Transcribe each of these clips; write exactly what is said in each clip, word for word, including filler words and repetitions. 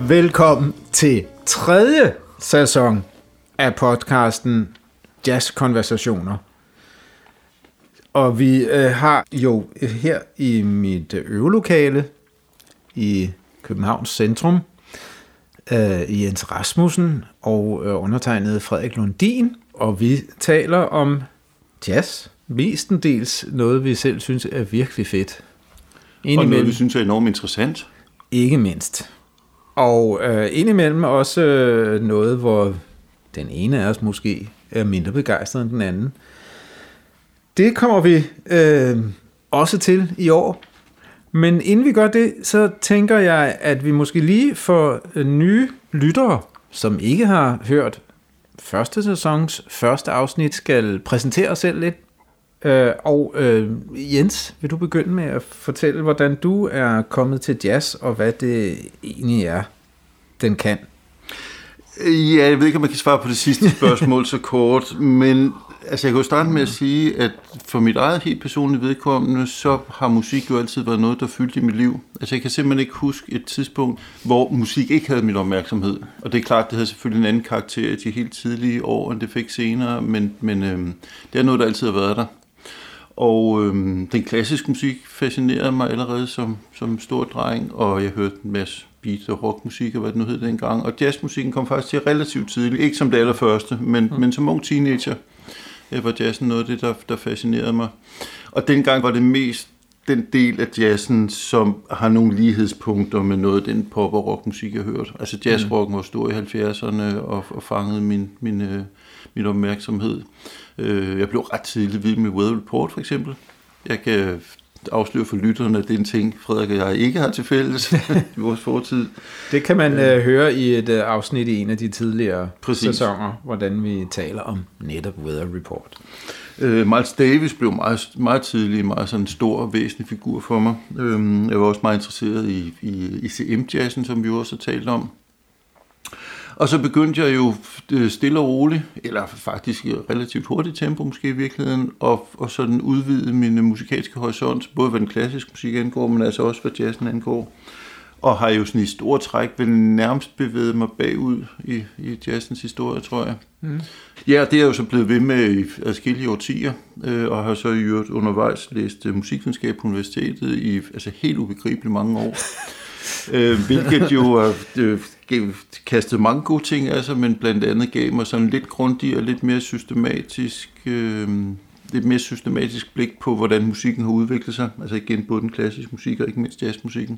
Velkommen til tredje sæson af podcasten Jazzkonversationer. Og vi øh, har jo her i mit øvelokale i Københavns centrum øh, Jens Rasmussen og øh, undertegnet Frederik Lundin, og vi taler om jazz. Mestendels noget, vi selv synes er virkelig fedt. Og noget, vi synes er enormt interessant. Ikke mindst. Og øh, indimellem også øh, noget, hvor den ene af os måske er mindre begejstret end den anden. Det kommer vi øh, også til i år. Men inden vi gør det, så tænker jeg, at vi måske lige for øh, nye lyttere, som ikke har hørt første sæsons første afsnit, skal præsentere os selv lidt. Øh, og øh, Jens, vil du begynde med at fortælle, hvordan du er kommet til jazz, og hvad det egentlig er, den kan? Ja, jeg ved ikke, om man kan svare på det sidste spørgsmål så kort, men altså, jeg kan jo starte med at sige, at for mit eget helt personlige vedkommende, så har musik jo altid været noget, der fyldte i mit liv. Altså, jeg kan simpelthen ikke huske et tidspunkt, hvor musik ikke havde min opmærksomhed. Og det er klart, det havde selvfølgelig en anden karakter i de helt tidlige år, end det fik senere, men, men øhm, det er noget, der altid har været der. Og øhm, den klassiske musik fascinerede mig allerede som, som stor dreng, og jeg hørte en masse beat og rockmusik, og hvad det nu hed dengang. Og jazzmusikken kom faktisk til relativt tidligt, ikke som det allerførste, men, mm. men som ung teenager var jazzen noget af det, der, der fascinerede mig. Og dengang var det mest den del af jazzen, som har nogle lighedspunkter med noget af den pop- og rockmusik, jeg hørte. Altså jazzrocken var stor i halvfjerdserne og, og fangede min, min, øh, min opmærksomhed. Øh, jeg blev ret tidligt vild med Weather Report, for eksempel. Jeg kan afsløre for lytterne, at det er en ting, Frederik og jeg ikke har til fælles i vores fortid. Det kan man øh, høre i et øh, afsnit i en af de tidligere Præcis. sæsoner, hvordan vi taler om netop Weather Report. Øh, Miles Davis blev meget, meget tidlig, meget sådan en stor og væsentlig figur for mig. Øh, jeg var også meget interesseret i, i I C M-jazzen, som vi også har talt om. Og så begyndte jeg jo stille og roligt, eller faktisk i relativt hurtigt tempo måske i virkeligheden, og, og sådan udvide min musikalske horisont, både hvad den klassiske musik angår, men altså også hvad jazzen angår. Og har jo sådan i store træk vel nærmest bevæget mig bagud i, i jazzens historie, tror jeg. Mm. Ja, det er jeg jo så blevet ved med i adskillige årtier, øh, og har så i øvrigt undervejs læst uh, musikvidenskab på universitetet i altså helt ubegribeligt mange år. øh, hvilket jo har øh, kastet mange gode ting af sig, men blandt andet gav mig sådan lidt grundig og lidt mere systematisk, øh, lidt mere systematisk blik på, hvordan musikken har udviklet sig. Altså igen både den klassiske musik og ikke mindst jazzmusikken.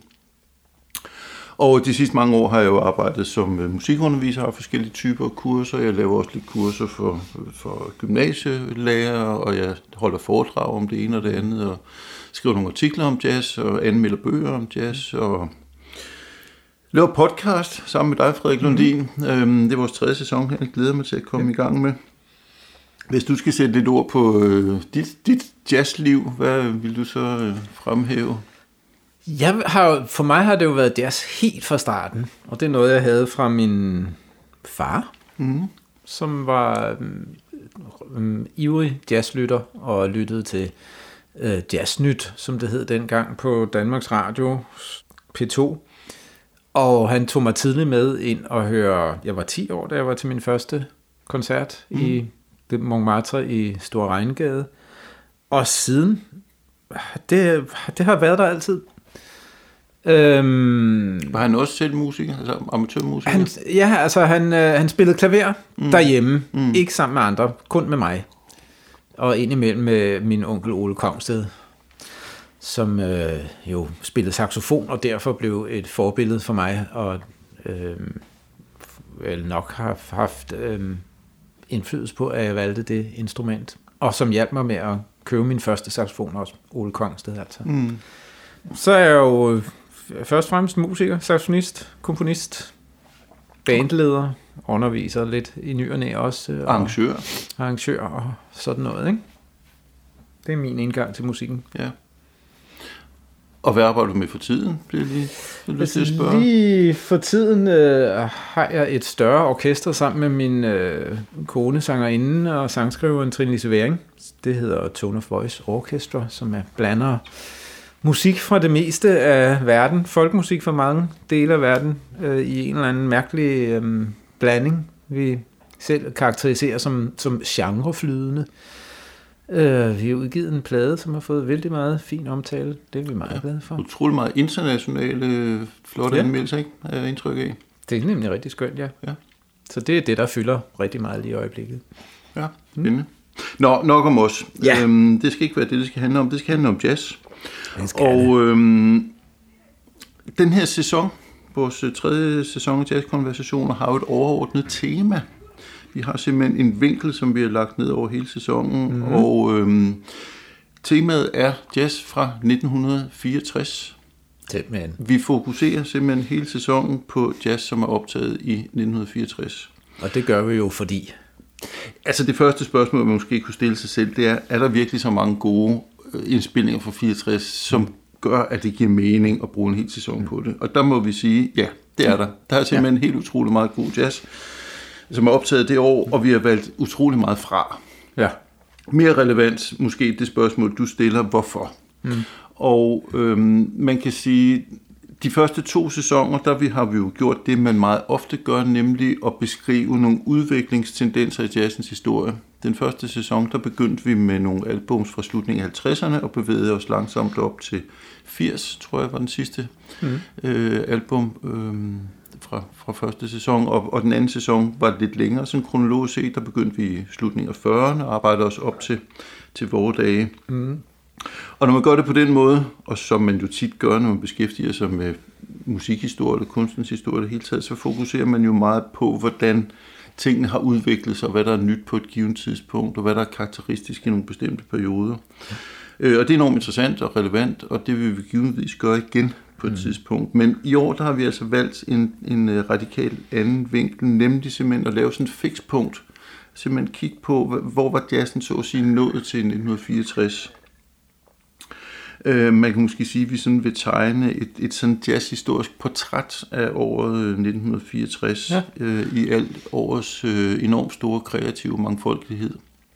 Og de sidste mange år har jeg jo arbejdet som musikunderviser af forskellige typer kurser. Jeg laver også lidt kurser for, for gymnasielærere, og jeg holder foredrag om det ene og det andet, og skriver nogle artikler om jazz, og anmelder bøger om jazz, og laver podcast sammen med dig, Frederik Lundin. Mm-hmm. Det er vores tredje sæson her, jeg glæder mig til at komme ja. i gang med. Hvis du skal sætte lidt ord på øh, dit, dit jazzliv, hvad vil du så øh, fremhæve? Jeg har, for mig har det jo været jazz helt fra starten, og det er noget, jeg havde fra min far, mm. som var um, ivrig jazzlytter og lyttede til uh, Jazznyt, som det hed dengang på Danmarks Radio, P to. Og han tog mig tidligt med ind og høre, jeg var ti år, da jeg var til min første koncert mm. i Montmartre i Store Regnegade. Og siden, det, det har været der altid. Øhm, var han også selv musiker, altså amatørmusiker? Han, ja, altså han, øh, han spillede klaver mm. derhjemme, mm. ikke sammen med andre, kun med mig. Og indimellem med min onkel Ole Kongsted, som øh, jo spillede saxofon, og derfor blev et forbillede for mig, og øh, vel nok har haft øh, indflydelse på, at jeg valgte det instrument. Og som hjalp mig med at købe min første saxofon også, Ole Kongsted altså. Mm. Så er jeg jo først og fremmest musiker, saxofonist, komponist, bandleder, underviser lidt i ny og næ også. Og arrangør. Arrangør og sådan noget, ikke? Det er min indgang til musikken. Ja. Og hvad arbejder du med for tiden? Bliver lige, altså, lige for tiden øh, har jeg et større orkester sammen med min øh, kone, sangerinde og sangskriveren Trine Lise Væring. Det hedder Tone of Voice Orchestra, som er blander musik fra det meste af verden, folkmusik fra mange dele af verden, øh, i en eller anden mærkelig øh, blanding, vi selv karakteriserer som, som genreflydende. Øh, vi har udgivet en plade, som har fået vældig meget fin omtale. Det er vi meget ja, glade for. Utrolig meget internationale, flotte ja. anmeldelser, ikke? Er jeg indtryk af. Det er nemlig rigtig skønt, ja. ja. Så det er det, der fylder rigtig meget lige i øjeblikket. Ja, spændende. Mm. Nå, nok om os. Ja. Øhm, det skal ikke være det, det skal handle om. Det skal handle om jazz. Og øhm, den her sæson, vores tredje sæson af Jazzkonversationer, har jo et overordnet tema. Vi har simpelthen en vinkel, som vi har lagt ned over hele sæsonen, mm-hmm. og øhm, temaet er jazz fra nitten fireogtres. Simpelthen. Vi fokuserer simpelthen hele sæsonen på jazz, som er optaget i nitten fireogtres. Og det gør vi jo fordi... Altså det første spørgsmål, man måske kunne stille sig selv, det er, er der virkelig så mange gode indspilninger fra fireogtres, som gør, at det giver mening at bruge en hel sæson på det? Og der må vi sige, ja, det er der. Der er simpelthen ja. helt utrolig meget god jazz, som er optaget det år, og vi har valgt utrolig meget fra. Ja. Mere relevant måske det spørgsmål, du stiller, hvorfor? Mm. Og øhm, man kan sige, de første to sæsoner, der vi, har vi jo gjort det, man meget ofte gør, nemlig at beskrive nogle udviklingstendenser i jazzens historie. Den første sæson, der begyndte vi med nogle albums fra slutningen af halvtredserne, og bevægede os langsomt op til firs, tror jeg var den sidste mm. øh, album øh, fra, fra første sæson. Og, og den anden sæson var lidt længere, sådan kronologisk set, der begyndte vi i slutningen af fyrrerne og arbejdede os op til, til vore dage. Mm. Og når man gør det på den måde, og som man jo tit gør, når man beskæftiger sig med musikhistorie eller kunstens historie det hele taget, så fokuserer man jo meget på, hvordan tingene har udviklet sig, og hvad der er nyt på et givet tidspunkt, og hvad der er karakteristisk i nogle bestemte perioder. Øh, og det er enormt interessant og relevant, og det vil vi givetvis gøre igen på et mm. tidspunkt. Men i år, der har vi altså valgt en, en radikal anden vinkel, nemlig simpelthen at lave sådan et fikspunkt. Simpelthen kigge på, hvor var jazzen så at sige nået til nitten fireogtres. Man kan måske sige, at vi sådan vil tegne et, et sådan jazzhistorisk portræt af året nitten fireogtres ja. øh, i alt årets øh, enormt store kreative mangfoldighed.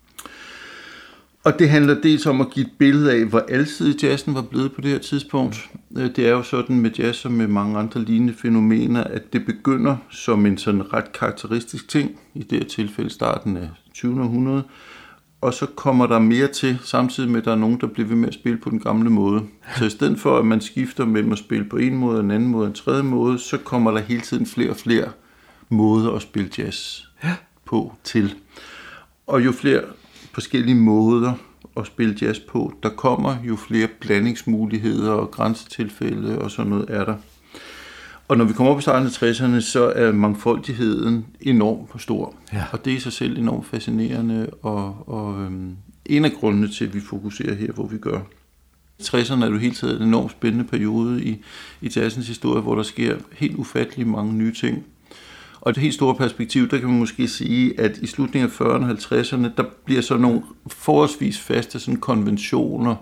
Og det handler dels om at give et billede af, hvor alsidig jazzen var blevet på det her tidspunkt. Det er jo sådan med jazz som med mange andre lignende fænomener, at det begynder som en sådan ret karakteristisk ting, i det her tilfælde starten af tyvende århundrede, og så kommer der mere til, samtidig med, at der er nogen, der bliver ved med at spille på den gamle måde. Så i stedet for, at man skifter mellem at spille på en måde, en anden måde, en tredje måde, så kommer der hele tiden flere og flere måder at spille jazz på til. Og jo flere forskellige måder at spille jazz på, der kommer, jo flere blandingsmuligheder og grænsetilfælde og sådan noget er der. Og når vi kommer op i starten af tresserne, så er mangfoldigheden enormt stor. Ja. Og det er i sig selv enormt fascinerende, og, og øhm, en af grundene til, at vi fokuserer her, hvor vi gør. tresserne er jo hele tiden en enormt spændende periode i, i jazzens historie, hvor der sker helt ufattelig mange nye ting. Og et helt stort perspektiv, der kan man måske sige, at i slutningen af fyrrerne og halvtredserne, der bliver så nogle forholdsvis faste sådan konventioner,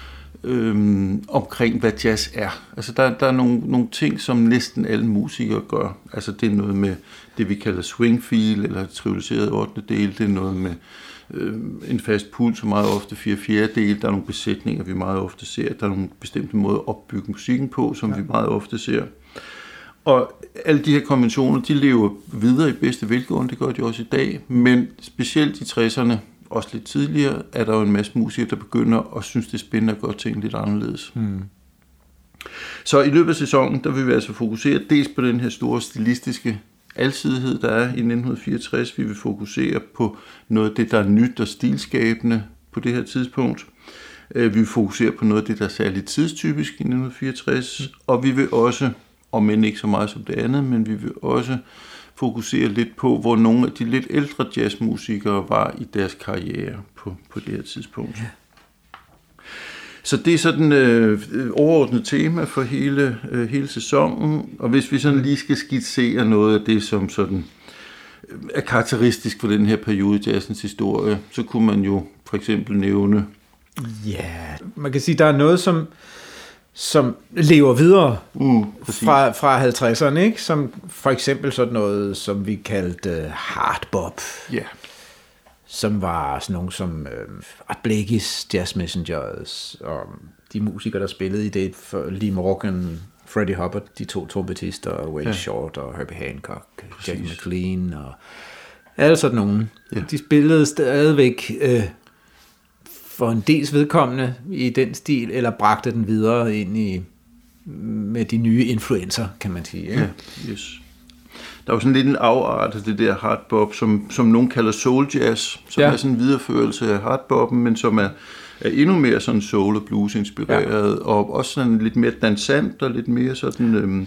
Øhm, omkring hvad jazz er. Altså der, der er nogle, nogle ting, som næsten alle musikere gør. Altså det er noget med det, vi kalder swing feel, eller trivialiseret ottende del. Det er noget med øh, en fast puls, som meget ofte fire fjerdedel. Der er nogle besætninger, vi meget ofte ser. Der er nogle bestemte måder at opbygge musikken på, som ja. vi meget ofte ser. Og alle de her konventioner, de lever videre i bedste velgående. Det gør de også i dag. Men specielt i tresserne, også lidt tidligere, er der jo en masse musikere, der begynder at synes, det er spændende at gøre ting lidt anderledes. Hmm. Så i løbet af sæsonen, der vil vi altså fokusere dels på den her store stilistiske alsidighed, der er i nitten fireogtres. Vi vil fokusere på noget af det, der er nyt og stilskabende på det her tidspunkt. Vi vil fokusere på noget af det, der er særligt tidstypisk i nitten fireogtres. Hmm. Og vi vil også, om end ikke så meget som det andet, men vi vil også fokusere lidt på, hvor nogle af de lidt ældre jazzmusikere var i deres karriere på, på det her tidspunkt. Ja. Så det er sådan øh, overordnet tema for hele, øh, hele sæsonen, og hvis vi sådan lige skal skitsere noget af det, som sådan er karakteristisk for den her periode i jazzens historie, så kunne man jo for eksempel nævne... Ja, yeah. Man kan sige, der er noget, som som lever videre uh, fra, fra halvtredserne, ikke? Som for eksempel sådan noget, som vi kaldte hardbop. Ja. som var sådan nogle som øh, Art Blakey's Jazz Messengers, og de musikere, der spillede i det, for Lee Morgan, Freddie Hubbard, de to trompetister, Wayne ja. Short og Herbie Hancock, Præcis. Jack McLean og alle sådan nogen. Ja. De spillede stadigvæk øh, for en dels vedkommende i den stil, eller bragte den videre ind i med de nye influencer, kan man sige. Ikke? Ja, yes. Der er jo sådan lidt en afart af det der hardbop, som, som nogen kalder soul jazz, som ja. er sådan en videreførelse af hardboppen, men som er, er endnu mere sådan soul og blues inspireret, ja. og også sådan lidt mere dansant og lidt mere sådan, øhm,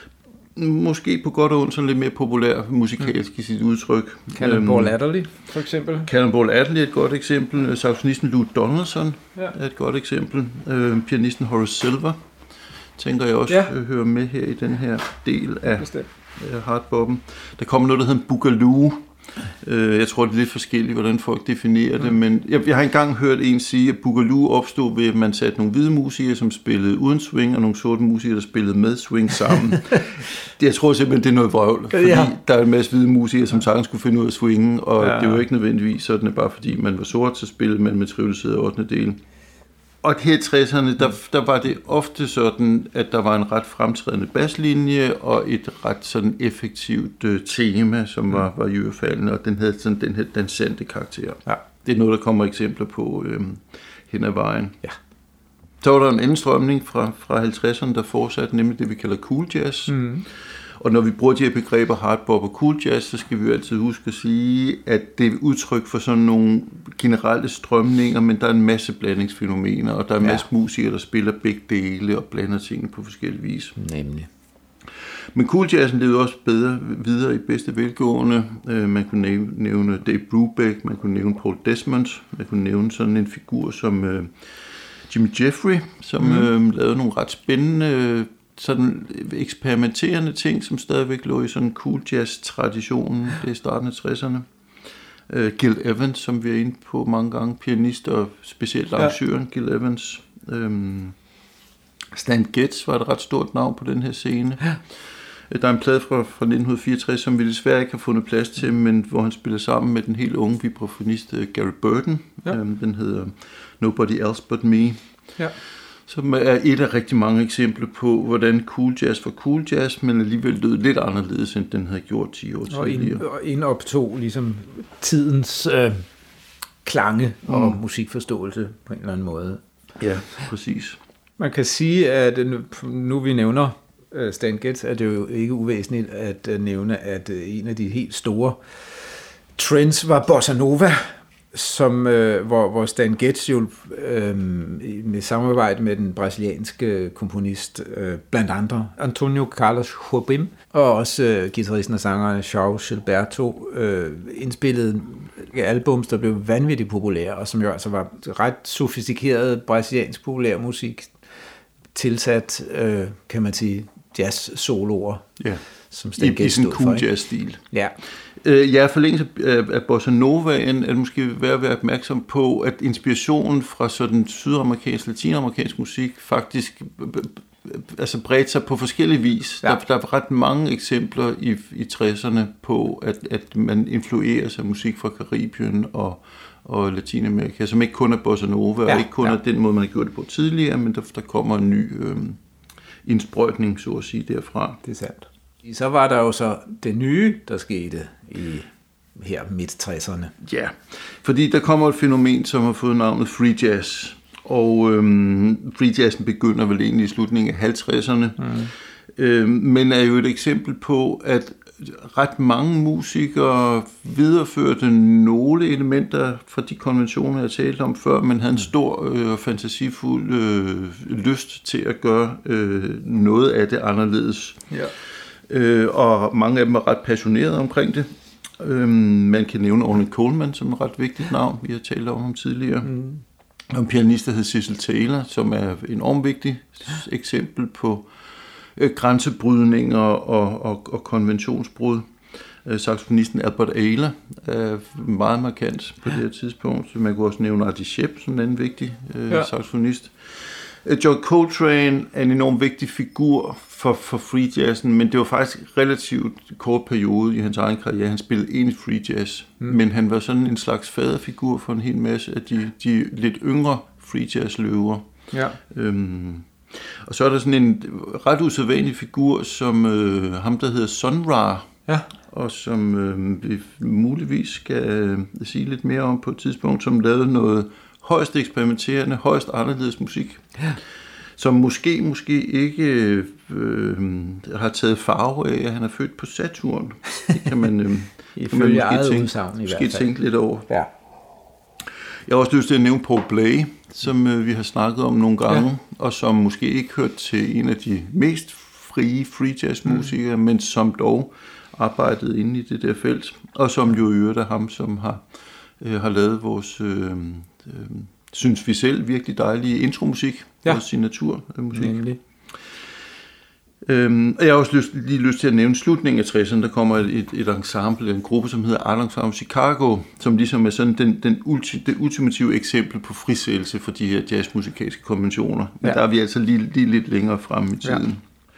måske på godt og ondt, sådan lidt mere populær musikalsk mm. i sit udtryk. Cannonball Adderley, for eksempel. Cannonball Adderley er et godt eksempel. Saxofonisten Lou Donaldson ja. er et godt eksempel. Øh, pianisten Horace Silver, tænker jeg også ja. hører med her i den her del af Bestemt. hardboppen. Der kommer noget, der hedder Boogaloo. Jeg tror, det er lidt forskelligt, hvordan folk definerer det, men jeg, jeg har engang hørt en sige, at Boogaloo opstod ved, at man satte nogle hvide musikere, som spillede uden swing, og nogle sorte musikere, der spillede med swing sammen. Jeg tror simpelthen, det er noget vrøvl, fordi ja. der er en masse hvide musikere, som sagtens skulle finde ud af swingen, og ja. det var ikke nødvendigvis sådan, bare fordi man var sort, så spillede man med trivialiseret ottende del. Og her i tresserne, der, der var det ofte sådan, at der var en ret fremtrædende baslinje og et ret sådan effektivt uh, tema, som var, var iørefaldende, og den havde sådan den her dansante karakter. Ja. Det er noget, der kommer eksempler på øhm, hen ad vejen. Ja. Så var der en anden strømning fra, fra halvtredserne, der fortsatte, nemlig det, vi kalder cool jazz. Mm. Og når vi bruger de her begreber hardbop og cool jazz, så skal vi jo altid huske at sige, at det er udtryk for sådan nogle generelle strømninger, men der er en masse blandingsfænomener, og der er en masse ja. musikere, der spiller begge dele og blander tingene på forskellige vis. Nemlig. Men cool jazzen levede også bedre videre i bedste velgående. Man kunne nævne Dave Brubeck, man kunne nævne Paul Desmond, man kunne nævne sådan en figur som Jimmy Jeffrey, som mm. lavede nogle ret spændende sådan eksperimenterende ting, som stadigvæk lå i sådan en cool jazz-traditionen. Det er starten af tresserne. Uh, Gil Evans, som vi er inde på mange gange, pianist og specielt arrangøren ja. Gil Evans. Um, Stan Getz var et ret stort navn på den her scene. Ja. Der er en plade fra, fra nitten fireogtres, som vi desværre ikke har fundet plads til, men hvor han spiller sammen med den helt unge vibrafonist Gary Burton. Ja. Um, den hedder Nobody Else But Me. Ja. Som er et af rigtig mange eksempler på, hvordan cool jazz var cool jazz, men alligevel lød lidt anderledes, end den havde gjort ti år tidligere. Og indoptog ligesom tidens øh, klange og mm. musikforståelse på en eller anden måde. Ja, præcis. Man kan sige, at nu vi nævner uh, Stan Getz, er det jo ikke uvæsentligt at uh, nævne, at uh, en af de helt store trends var bossa nova, som, øh, hvor, hvor Stan Getz jo øh, med samarbejde med den brasilianske komponist, øh, blandt andre Antonio Carlos Jobim, og også øh, guitaristen og sangeren João Gilberto, øh, indspillede albums, der blev vanvittigt populære, og som jo altså var ret sofistikeret brasiliansk populær musik, tilsat, øh, kan man sige, jazz-soloer, ja. som Stan Getz stod for. I sådan cool jazz-stil. Ja. Ja, forlængelse af bossa novaen er det måske værd at være opmærksom på, at inspirationen fra sådan sydamerikansk, latinamerikansk musik faktisk altså bredte sig på forskellige vis. Ja. Der, der er ret mange eksempler i, i tresserne på, at, at man influerer sig musik fra Karibien og, og Latinamerika, som ikke kun er bossa nova, ja. og ikke kun ja. er den måde, man har gjort det på tidligere, men der, der kommer en ny øh, indsprøjtning, så at sige, derfra. Det er sandt. Så var der jo så det nye, der skete i her midt tresserne. Ja, fordi der kommer et fænomen, som har fået navnet free jazz. Og øhm, free jazzen begynder vel egentlig i slutningen af halvtredserne. Mm. Øhm, men er jo et eksempel på, at ret mange musikere videreførte nogle elementer fra de konventioner, jeg talte om før, men havde en stor og øh, fantasifuld øh, lyst til at gøre øh, noget af det anderledes. Ja. Øh, og mange af dem er ret passionerede omkring det. Øh, man kan nævne Ornette Coleman som et ret vigtigt navn, vi har talt om ham tidligere. Mm. Og en pianist, der hed Cecil Taylor, som er et enormt vigtigt eksempel på øh, grænsebrydninger og, og, og konventionsbrud. Øh, saxofonisten Albert Ayler er meget markant på det her tidspunkt. Så man kunne også nævne Artie Shepp som en anden vigtig øh, ja. saxofonist. John Coltrane er en enormt vigtig figur for, for free jazzen, men det var faktisk en relativt kort periode i hans egen karriere. Han spillede egentlig free jazz, mm. men han var sådan en slags faderfigur for en hel masse af de, de lidt yngre free jazz løver. Ja. Øhm, og så er der sådan en ret usædvanlig figur, som øh, ham, der hedder Sun Ra, ja. og som øh, vi muligvis skal øh, sige lidt mere om på et tidspunkt, som lavede noget højst eksperimenterende, højst anderledes musik, ja. som måske, måske ikke øh, har taget farve af, at han er født på Saturn. Det kan man, øh, kan man måske, tænke, udsagn, måske tænke lidt over. Ja. Jeg har også lyst til at nævne Paul Bley, som øh, vi har snakket om nogle gange, ja. og som måske ikke hørte til en af de mest frie free jazz musikere, mm. men som dog arbejdede inde i det der felt, og som jo øvrigt er ham, som har, øh, har lavet vores, øh, øh, synes vi selv, virkelig dejlige intromusik, ja. vores signaturmusik. Nemlig. Øhm, og jeg har også lyst, lige lyst til at nævne slutningen af tresserne, der kommer et, et ensemble, en gruppe, som hedder Art Ensemble Chicago, som ligesom er sådan den, den ulti, det ultimative eksempel på frisættelse for de her jazzmusikalske konventioner. Men ja. der er vi altså lige, lige lidt længere frem i tiden. Ja.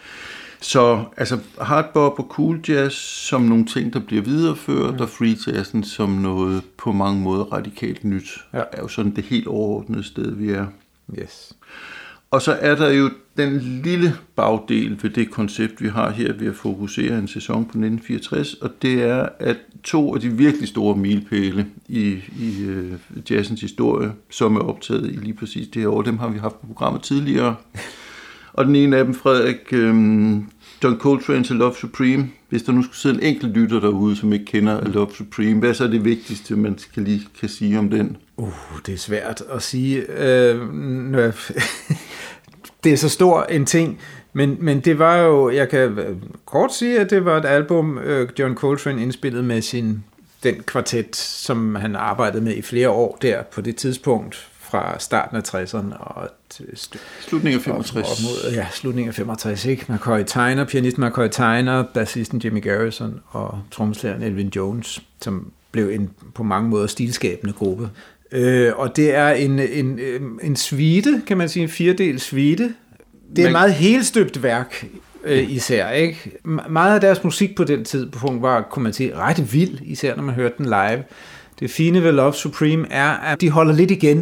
Så altså hardbop og cool jazz som nogle ting, der bliver videreført, ja. og free jazzen som noget på mange måder radikalt nyt, ja. er jo sådan det helt overordnede sted, vi er. Yes. Og så er der jo den lille bagdel ved det koncept, vi har her ved at fokusere en sæson på nitten fireogtres, og det er, at to af de virkelig store milepæle i, i uh, jazzens historie, som er optaget i lige præcis det her år, dem har vi haft på programmet tidligere. Og den ene af dem, Frederik, um, John Coltrane til Love Supreme. Hvis der nu skulle sidde en enkelt lytter derude, som ikke kender Love Supreme, hvad er så det vigtigste, man skal lige kan sige om den? Uh, det er svært at sige. Øh, nø, det er så stor en ting, men, men det var jo, jeg kan kort sige, at det var et album, John Coltrane indspillede med sin, den kvartet, som han arbejdede med i flere år der på det tidspunkt, fra starten af tresserne og til slutningen af femogtres. Og, og mod, ja, slutningen af femogtres, ikke? McCoy Tyner, pianisten McCoy Tyner, bassisten Jimmy Garrison og trommeslageren Elvin Jones, som blev en på mange måder stilskabende gruppe. Øh, og det er en, en, en suite, kan man sige, en firedels suite. Det er et meget helstøbt værk, øh, især, ikke? Meget af deres musik på den tidspunkt var, kunne man sige, ret vild, især når man hørte den live. Det fine ved Love Supreme er, at de holder lidt igen,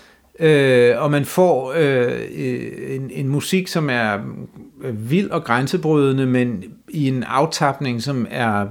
øh, og man får øh, en, en musik, som er vild og grænsebrydende, men i en aftapning, som er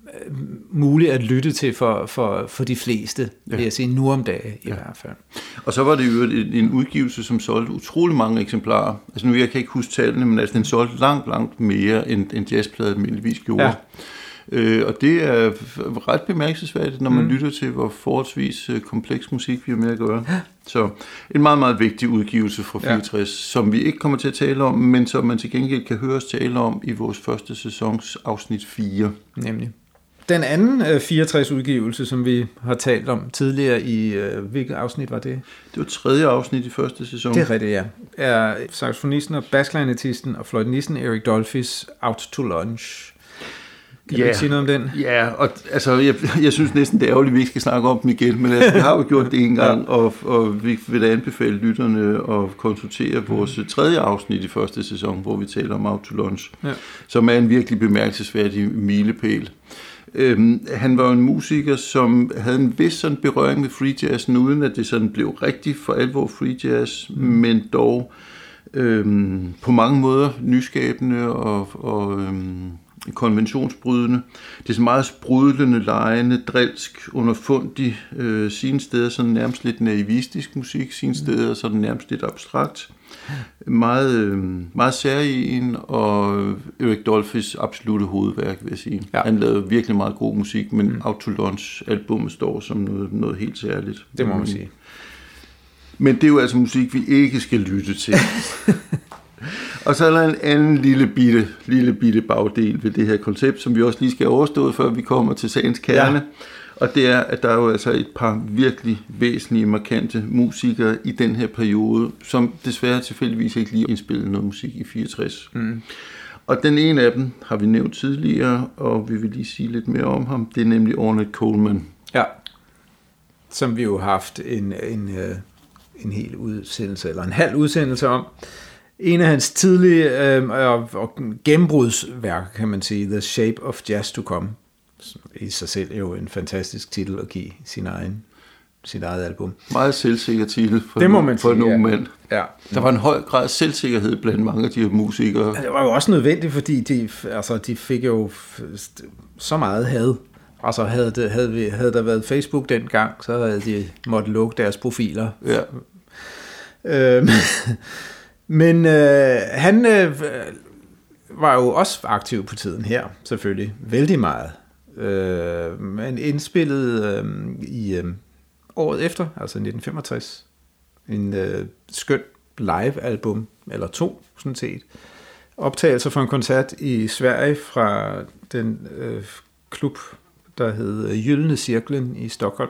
muligt at lytte til for, for, for de fleste, ja. vil jeg sige, nu om dagen i ja. hvert fald. Og så var det jo en, en udgivelse, som solgte utrolig mange eksemplarer. Altså nu, jeg kan ikke huske tallene, men altså den solgte langt, langt mere, end, end jazzplader almindeligvis gjorde. Ja. Øh, og det er ret bemærkelsesværdigt, når man mm. lytter til, hvor forholdsvis kompleks musik vi har med at gøre. Så en meget, meget vigtig udgivelse fra fireogtres, ja. som vi ikke kommer til at tale om, men som man til gengæld kan høre os tale om i vores første sæsons afsnit fire. Nemlig. Den anden øh, fireogtres-udgivelse, som vi har talt om tidligere i, øh, hvilket afsnit var det? Det var tredje afsnit i første sæson. Det er rigtigt, ja. Er saxofonisten og bassklarinettisten og fløjtenisten Eric Dolphys Out to Lunch. Kan ja, du ikke sige noget om den? Ja, og altså, jeg, jeg synes næsten, det er ærgerligt, at vi ikke skal snakke om den igen, men altså, vi har jo gjort det en gang, ja. og, og vi vil da anbefale lytterne at konsultere vores tredje afsnit i første sæson, hvor vi taler om Out to Lunch, ja. som er en virkelig bemærkelsesværdig milepæl. Øhm, han var en musiker, som havde en vis sådan berøring med free jazzen, uden at det sådan blev rigtig for alvor free jazz, mm. men dog øhm, på mange måder nyskabende og, og øhm, konventionsbrydende. Det er så meget sprudlende, lejende, drilsk, underfundig, øh, sine steder sådan nærmest lidt naivistisk musik, sine steder sådan nærmest lidt abstrakt. Meget, øh, meget særlig og Eric Dolphys absolutte hovedværk, vil jeg sige. Ja. Han lavede virkelig meget god musik, men mm. Out to Lunch albumet står som noget, noget helt særligt. Det må man sige. Men det er jo altså musik, vi ikke skal lytte til. Og så er der en anden lille bitte, lille bitte bagdel ved det her koncept, som vi også lige skal overstå, før vi kommer til sagens kerne. Ja. Og det er, at der er jo altså et par virkelig væsentlige, markante musikere i den her periode, som desværre tilfældigvis ikke lige indspillede noget musik i fireogtres. Mm. Og den ene af dem har vi nævnt tidligere, og vi vil lige sige lidt mere om ham. Det er nemlig Ornette Coleman. Ja, som vi jo har haft en, en, en hel udsendelse, eller en halv udsendelse om. En af hans tidlige øh, og, og gennembrudsværker, kan man sige, The Shape of Jazz to Come. I sig selv er jo en fantastisk titel at give sin egen, sit eget album. Meget selvsikker titel for, det må man for sige, nogle ja. mænd. Ja. Der var en høj grad af selvsikkerhed blandt mange af de her musikere. Det var jo også nødvendigt, fordi de, altså, de fik jo så meget had. Altså havde, det, havde, vi, havde der været Facebook dengang, så havde de måtte lukke deres profiler. Ja. Øh, men øh, han øh, var jo også aktiv på tiden her, selvfølgelig. Vældig meget. Øh, man indspillede øh, i øh, året efter, altså nitten femogtres, en øh, skøn live-album, eller to, sådan set. Optagelser fra en koncert i Sverige fra den øh, klub, der hed Gyllene Cirklen i Stockholm.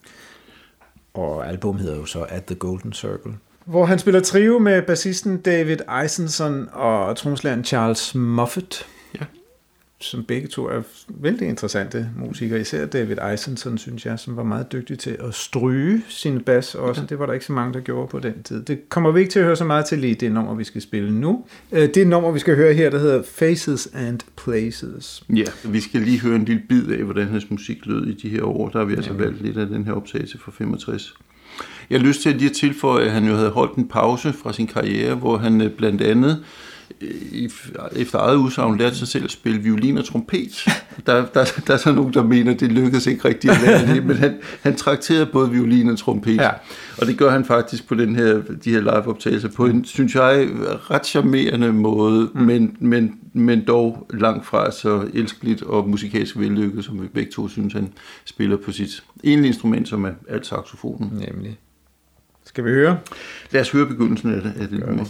Og album hedder jo så At the Golden Circle. Hvor han spiller trio med bassisten David Eisenson og trommeslageren Charles Moffett. Ja. Som begge to er vældig interessante musikere. Især David Eisenson, synes jeg, som var meget dygtig til at stryge sin bas også. Ja. Det var der ikke så mange, der gjorde på den tid. Det kommer vi ikke til at høre så meget til lige det nummer, vi skal spille nu. Det nummer, vi skal høre her, der hedder Faces and Places. Ja, vi skal lige høre en lille bid af, hvordan hans musik lød i de her år. Der har vi altså ja. valgt lidt af den her optagelse fra femogtres. Jeg har lyst til at lige tilføje, at han jo havde holdt en pause fra sin karriere, hvor han blandt andet efter eget udsagn lærte sig selv at spille violin og trompet. Der, der, der er så nogen, der mener, at det lykkedes ikke rigtigt at lære det, men han, han trakterede både violin og trompet. Ja. Og det gør han faktisk på den her, de her live-optagelser på en, synes jeg, ret charmerende måde, mm. men, men, men dog langt fra så elskeligt og musikalsk vellykket, som vi begge to synes, han spiller på sit egentlige instrument, som er alt-saxofonen. Nemlig. Skal vi høre? Lad os høre begyndelsen af det. Af det nummer.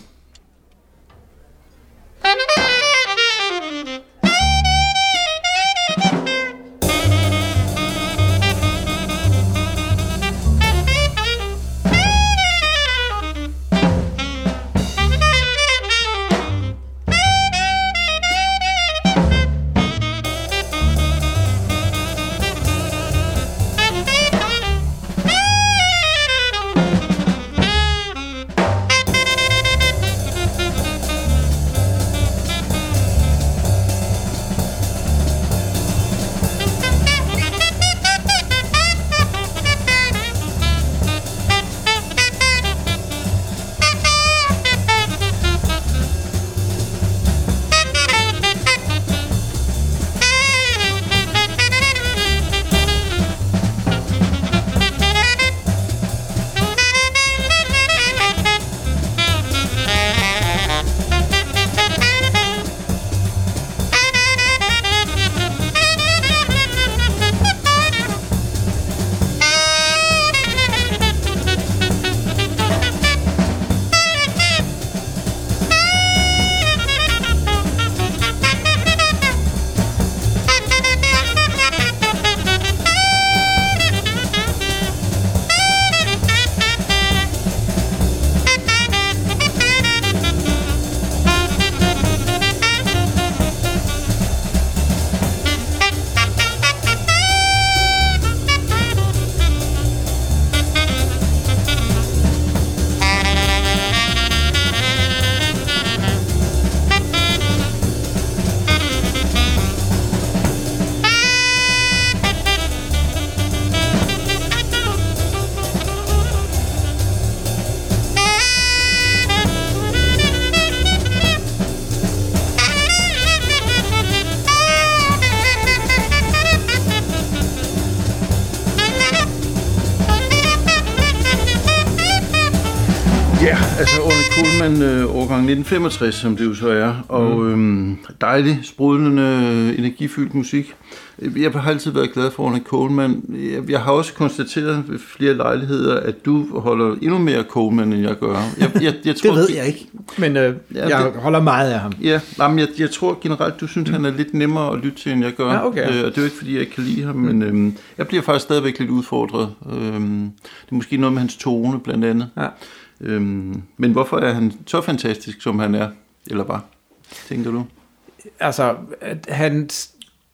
Årgang nitten femogtres, som det jo så er, og mm. øhm, dejlig, sprudlende, energifyldt musik. Jeg har altid været glad for Ornette Coleman. Jeg, jeg har også konstateret ved flere lejligheder, at du holder endnu mere Coleman, end jeg gør. Jeg, jeg, jeg tror, det ved jeg ikke, men øh, ja, jeg det, holder meget af ham. Ja, jamen, jeg, jeg tror generelt, du synes, mm. han er lidt nemmere at lytte til, end jeg gør. Ja, okay. øh, og det er jo ikke, fordi jeg ikke kan lide ham, mm. men øh, jeg bliver faktisk stadigvæk lidt udfordret. Øh, det er måske noget med hans tone, blandt andet. Ja. Øhm, men hvorfor er han så fantastisk, som han er, eller var, tænker du? Altså, han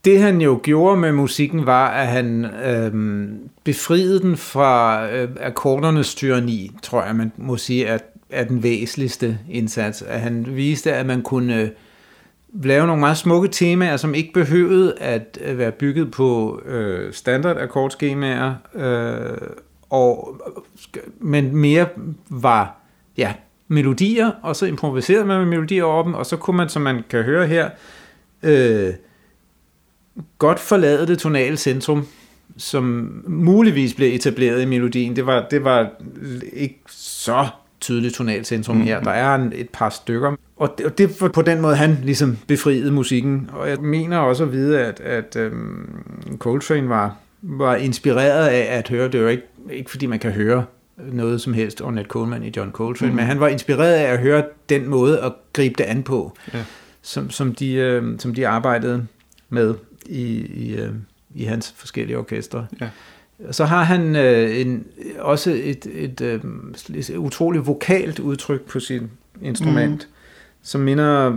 det han jo gjorde med musikken var, at han øh, befriede den fra øh, akkordernes tyranni, tror jeg, man må sige, at er den væsentligste indsats. At han viste, at man kunne øh, lave nogle meget smukke temaer, som ikke behøvede at øh, være bygget på øh, standard akkordskemaer, øh, og, men mere var ja, melodier, og så improviserede man med melodier over dem, og så kunne man, som man kan høre her, øh, godt forlade det tonale centrum, som muligvis blev etableret i melodien. Det var, det var ikke så tydeligt tonalt centrum her. Der er en, et par stykker. Og det, og det var på den måde, han ligesom befriede musikken. Og jeg mener også at vide, at, at øhm, Coltrane var, var inspireret af at høre. Det er jo ikke, ikke fordi man kan høre noget som helst Ornette Coleman i John Coltrane, mm. men han var inspireret af at høre den måde at gribe det an på, ja. som, som, de, øh, som de arbejdede med i, i, øh, i hans forskellige orkestre. Ja. Så har han øh, en, også et, et, et, et utroligt vokalt udtryk på sit instrument, mm. som minder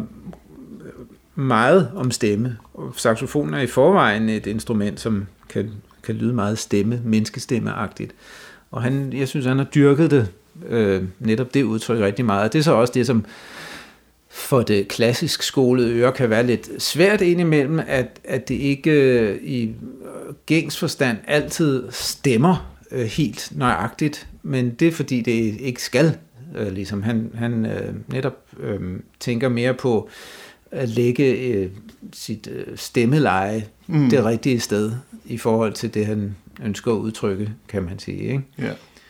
meget om stemme. Og saxofonen er i forvejen et instrument, som kan, kan lyde meget stemme, menneskestemmeagtigt. Og han, jeg synes, han har dyrket det, øh, netop det udtryk rigtig meget. Og det er så også det, som for det klassisk skolede øre kan være lidt svært indimellem, at, at det ikke øh, i gængs forstand altid stemmer øh, helt nøjagtigt, men det er fordi, det ikke skal. Øh, ligesom han, han øh, netop øh, tænker mere på at lægge øh, sit øh, stemmeleje mm. det rigtige sted i forhold til det, han ønsker at udtrykke, kan man sige. Ikke? Ja.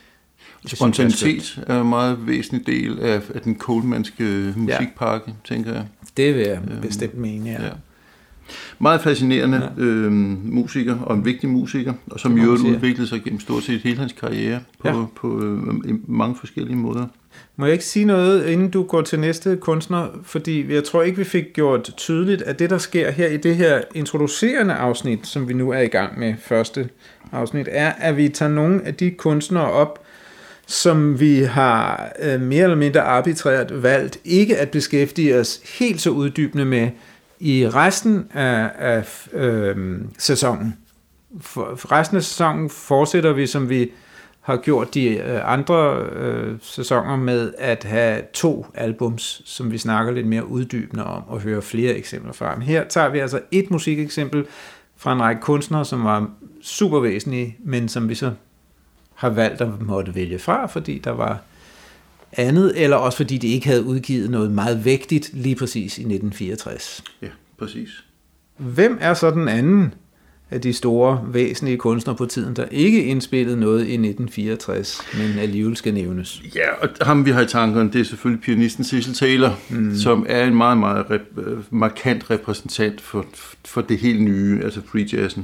Spontanitet er en meget væsentlig del af, af den Colemanske musikpakke, ja. tænker jeg. Det vil jeg øhm, bestemt mene, ja. ja. Meget fascinerende ja. øh, musiker, og en vigtig musiker, og som jo udviklede sig gennem stort set hele hans karriere på, ja. på øh, mange forskellige måder. Må jeg ikke sige noget, inden du går til næste kunstner? Fordi jeg tror ikke, vi fik gjort tydeligt, at det, der sker her i det her introducerende afsnit, som vi nu er i gang med, første afsnit, er, at vi tager nogle af de kunstnere op, som vi har øh, mere eller mindre arbitrært valgt ikke at beskæftige os helt så uddybende med i resten af, af øh, sæsonen. For resten af sæsonen fortsætter vi, som vi har gjort de øh, andre øh, sæsoner, med at have to albums, som vi snakker lidt mere uddybende om, og høre flere eksempler fra. Men her tager vi altså et musikeksempel fra en række kunstnere, som var super væsentlige, men som vi så har valgt at måtte vælge fra, fordi der var andet, eller også fordi de ikke havde udgivet noget meget vægtigt lige præcis i nitten fireogtres. Ja, præcis. Hvem er så den anden af de store, væsentlige kunstnere på tiden, der ikke indspillede noget i nitten fireogtres, men alligevel skal nævnes? Ja, og ham vi har i tankerne, det er selvfølgelig pianisten Cecil Taylor, mm. som er en meget, meget rep- markant repræsentant for, for det helt nye, altså free jazzen.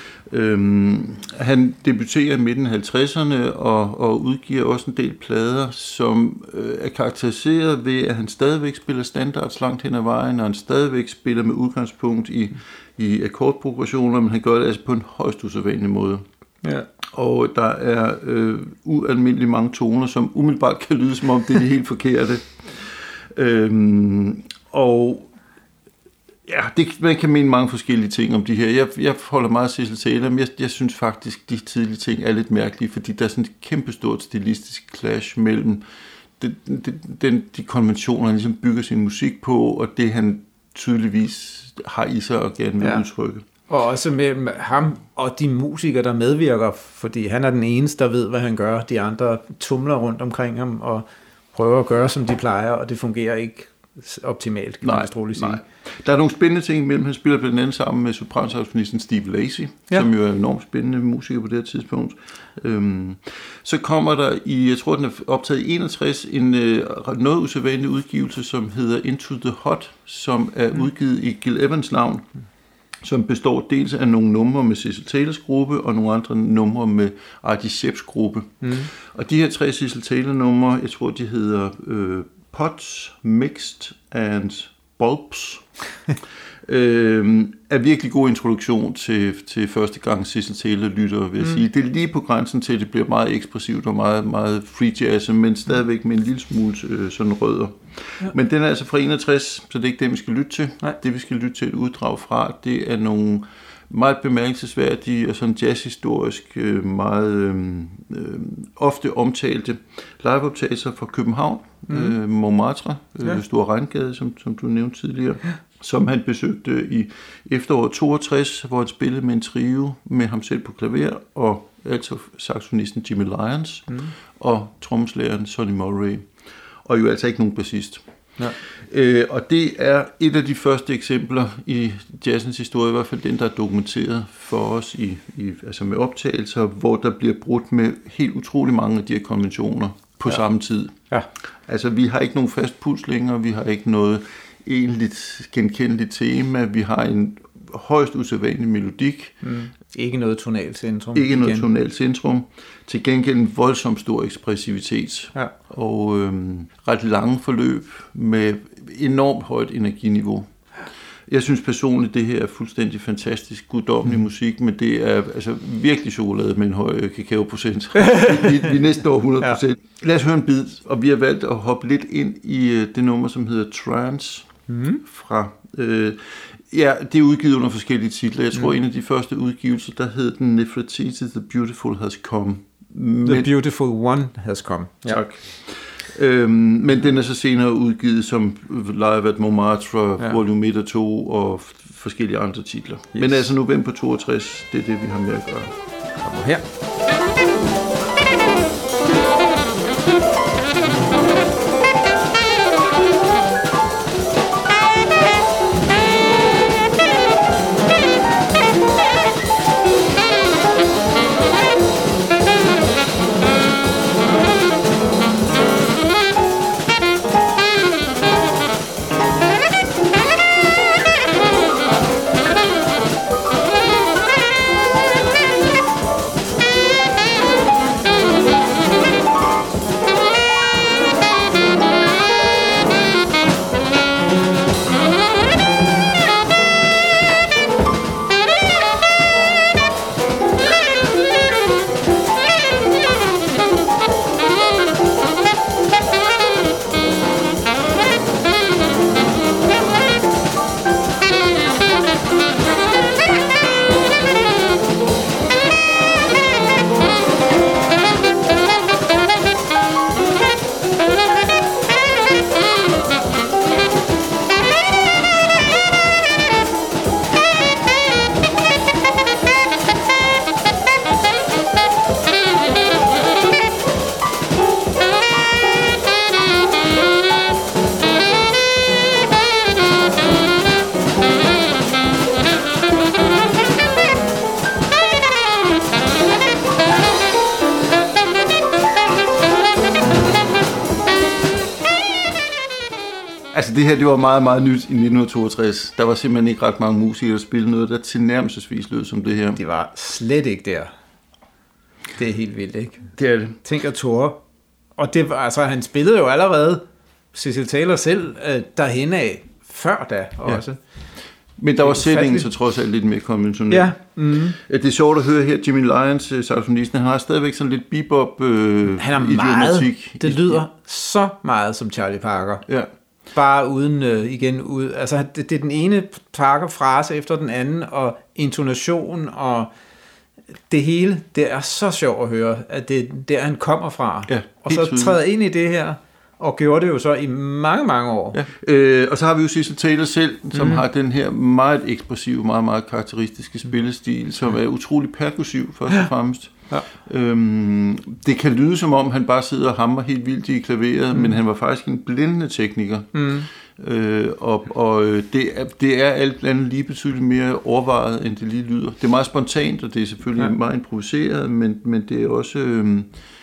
Øhm, han debuterer i midten af halvtredserne og, og udgiver også en del plader, som øh, er karakteriseret ved, at han stadigvæk spiller standards langt hen ad vejen, og han stadigvæk spiller med udgangspunkt i, i akkordprogressioner, men han gør det altså på en højst usædvanlig måde. Ja. Og der er øh, ualmindeligt mange toner, som umiddelbart kan lyde, som om det er de helt forkerte. Øhm, og Ja, det, man kan mene mange forskellige ting om de her. Jeg, jeg holder meget af Cecil Taylor, men jeg, jeg synes faktisk, de tidlige ting er lidt mærkelige, fordi der er sådan et kæmpestort stilistisk clash mellem de, de, de, de konventioner, han ligesom bygger sin musik på, og det han tydeligvis har i sig og gerne vil ja. udtrykke. Og også mellem ham og de musikere, der medvirker, fordi han er den eneste, der ved, hvad han gør. De andre tumler rundt omkring ham og prøver at gøre, som de plejer, og det fungerer ikke optimalt, kan nej, man roligt sige. Nej. Der er nogle spændende ting imellem. Han spiller blandt andet sammen med sopransaxofonisten Steve Lacy, ja. som jo er en enormt spændende musiker på det her tidspunkt. Øhm, så kommer der i, jeg tror den er optaget i enogtres, en øh, noget usædvanlig udgivelse, som hedder Into the Hot, som er mm. udgivet i Gil Evans navn, som består dels af nogle numre med Cecil Taylors gruppe, og nogle andre numre med Artie Shepps gruppe. Mm. Og de her tre Cecil Taylor numre, jeg tror de hedder øh, Pots, Mixed and Bulbs. øh, er virkelig god introduktion til, til første gang Cecil Taylor lytter, vil jeg mm. sige. Det er lige på grænsen til, at det bliver meget ekspressivt og meget, meget free jazz, men stadigvæk med en lille smule øh, sådan rødder. Ja. Men den er altså fra enogtres, så det er ikke det, vi skal lytte til. Nej. Det, vi skal lytte til et uddrag fra, det er nogle meget bemærkelsesværdige og sådan jazzhistorisk øh, meget øh, ofte omtalte liveoptagelser fra København, mm. øh, Montmartre, øh, ja. Store Regngade, som, som du nævnte tidligere, ja. Som han besøgte i efteråret toogtres, hvor han spillede med en trio med ham selv på klaver, og altså saxofonisten Jimmy Lyons mm. og trommeslageren Sonny Murray, og jo altså ikke nogen bassist. Ja. Øh, og det er et af de første eksempler i jazzens historie, i hvert fald den, der er dokumenteret for os i, i, altså med optagelser, hvor der bliver brudt med helt utrolig mange af de her konventioner på ja. Samme tid. Ja. Altså vi har ikke nogen fast puls længere, vi har ikke noget egentligt genkendeligt tema, vi har en højst usædvanlig melodik. Mm. Ikke noget tonalt centrum. Ikke noget igen. tonalt centrum. Til gengæld en voldsomt stor ekspressivitet. Ja. Og øhm, ret lange forløb med enormt højt energiniveau. Jeg synes personligt, det her er fuldstændig fantastisk, guddommelig mm. musik, men det er altså virkelig chokolade med en høj kakaoprocent. vi, vi er næsten over hundrede procent. Ja. Lad os høre en bid, og vi har valgt at hoppe lidt ind i det nummer, som hedder Trance, mm. fra... Øh, ja, det er udgivet under forskellige titler. Jeg tror, mm. en af de første udgivelser, der hed den Nefertiti, The Beautiful Has Come. Men, The Beautiful One Has Come. Ja. Tak. Øhm, men den er så senere udgivet som Live at Montmartre, ja. Volume et og to og f- forskellige andre titler. Yes. Men altså november toogtres, det er det, vi har med at gøre. Kommer her. Altså det her, det var meget, meget nyt i nitten toogtres. Der var simpelthen ikke ret mange musikere, der spillede noget, der tilnærmelsesvis lød som det her. Det var slet ikke der. Det er helt vildt, ikke? Det er det. Tænk at Thor. Og det var, altså, han spillede jo allerede Cecil Taylor selv øh, derhen af, før da også. Ja. Men der var sætningen så trods alt lidt mere konventionel. Ja. Mm-hmm. Det er sjovt at høre her, Jimmy Lyons, saxofonisten, han har stadigvæk sådan lidt bebop øh, han er meget, det lyder så meget som Charlie Parker. Ja. Bare uden, øh, igen, ud, altså det, det er den ene Parker-frase efter den anden, og intonation, og det hele, det er så sjovt at høre, at det er der, han kommer fra. Ja, og så træder ind i det her, og gjorde det jo så i mange, mange år. Ja. Øh, og så har vi jo Cecil Taylor selv, som mm. har den her meget ekspressive, meget, meget karakteristiske spillestil, som er utrolig perkussiv, først og fremmest. Ja. Øhm, det kan lyde som om, han bare sidder og hammer helt vildt i klaveret, mm. men han var faktisk en blændende tekniker. Mm. Øh, og og det, er, det er alt andet lige betydeligt mere overvejet, end det lige lyder. Det er meget spontant, og det er selvfølgelig ja. meget improviseret, men, men det er også... Øhm,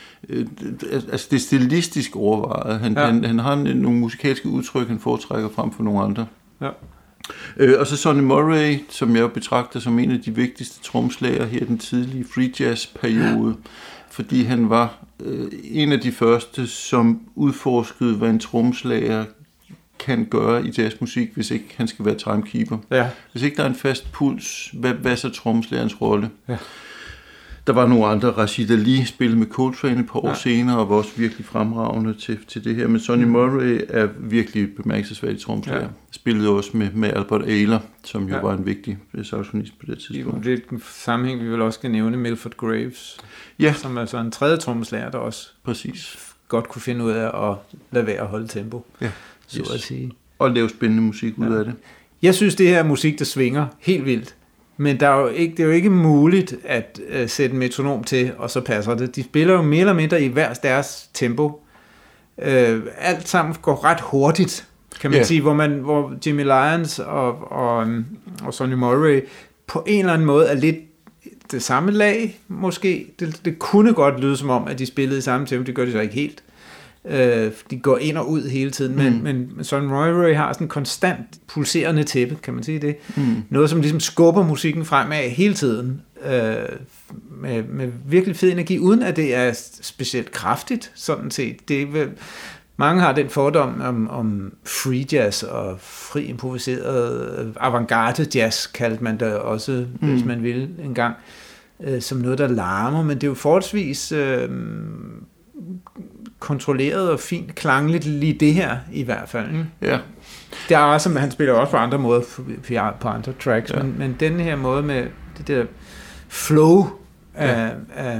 altså det er stilistisk overvejet. Han, ja. han, han har nogle musikalske udtryk, han foretrækker frem for nogle andre. Ja. Øh, og så Sonny Murray, som jeg betragter som en af de vigtigste tromslager her i den tidlige free jazz periode, ja. fordi han var øh, en af de første, som udforskede, hvad en tromslager kan gøre i jazzmusik, hvis ikke han skal være timekeeper. Ja. Hvis ikke der er en fast puls, hvad, hvad er så trommeslagerens rolle? Ja. Der var nogle andre, Rashid Ali spillede med Coltrane et par år ja. senere, og var også virkelig fremragende til, til det her. Men Sonny Murray er virkelig bemærkelsesværdig trommeslager. Ja. Spillede også med, med Albert Ayler, som jo ja. var en vigtig saxofonist på det tidspunkt. I hvilken sammenhæng vi vil også skal nævne Milford Graves, ja. som er så en tredje trommeslager, der også præcis. godt kunne finde ud af at lade være at holde tempo, ja. så yes. at sige. Og lave spændende musik ud ja. af det. Jeg synes, det her er musik, der svinger helt vildt. Men der er jo ikke, det er jo ikke muligt at uh, sætte en metronom til, og så passer det. De spiller jo mere eller mindre i hver deres tempo. Uh, alt sammen går ret hurtigt, kan man yeah. sige, hvor, man, hvor Jimmy Lyons og, og, og Sonny Murray på en eller anden måde er lidt det samme lag, måske. Det, det kunne godt lyde som om, at de spillede i samme tempo. Det gør de så ikke helt. Uh, de går ind og ud hele tiden, men, mm. men Sonny Murray har sådan en konstant pulserende tæppe, kan man sige det. Mm. Noget, som ligesom skubber musikken fremad hele tiden, uh, med, med virkelig fed energi, uden at det er specielt kraftigt, sådan set. Det er, mange har den fordom om, om free jazz og fri improviseret avantgarde jazz, kaldte man det også, mm. hvis man ville engang, uh, som noget, der larmer, men det er jo forholdsvis Uh, kontrolleret og fint klangligt lige det her i hvert fald. Ja. Det er også, han spiller også på andre måder på andre tracks, ja. men, men den her måde med det der flow af, ja. af,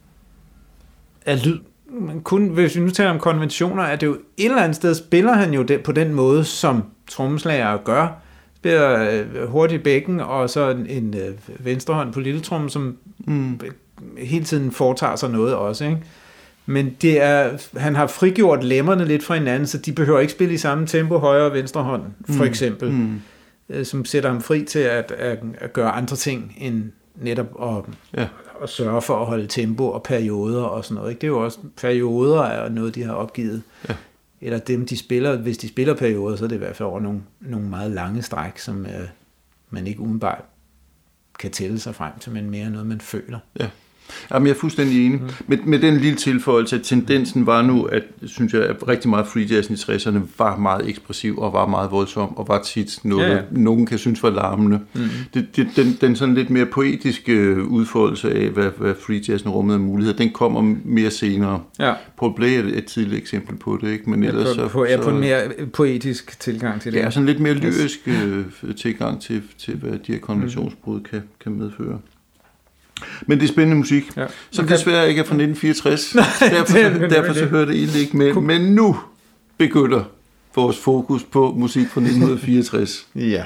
af lyd. Man kunne, hvis vi nu taler om konventioner, er det jo et eller andet sted, spiller han jo det, på den måde, som trommeslagere gør. Spiller øh, hurtigt bækken, og så en, en øh, venstrehånd på lilletrum, som mm. hele tiden foretager sig noget også, ikke? Men det er, han har frigjort lemmerne lidt fra hinanden, så de behøver ikke spille i samme tempo, højre og venstre hånd, for eksempel, mm. Mm. som sætter ham fri til at, at, at gøre andre ting, end netop at, ja. at sørge for at holde tempo og perioder og sådan noget. Ikke? Det er jo også, perioder er noget, de har opgivet. Ja. Eller dem, de spiller, hvis de spiller perioder, så er det i hvert fald over nogle, nogle meget lange stræk, som øh, man ikke umiddelbart kan tælle sig frem til, men mere noget, man føler. Ja. Jamen, jeg er fuldstændig enig. Mm. Med, med den lille tilføjelse, at tendensen var nu, at, synes jeg, at rigtig meget free jazz i tresserne var meget ekspressiv og var meget voldsom, og var tit noget, ja, ja. nogen kan synes var larmende. Mm. Det, det, den, den sådan lidt mere poetiske udfoldelse af, hvad, hvad free jazzen rummede af muligheder, den kommer mere senere. Ja. Paul Bley er et tidligt eksempel på det, ikke? Men ellers ja, på, på, så, ja, på en mere poetisk tilgang til det. Ja, sådan lidt mere lyrisk yes. tilgang til, til, hvad de her konventionsbrud mm. kan, kan medføre. Men det er spændende musik, ja. som okay. desværre ikke er fra nitten fireogtres. derfor så, derfor så hører det egentlig ikke med. Men nu begynder vores fokus på musik fra nitten fireogtres. Ja.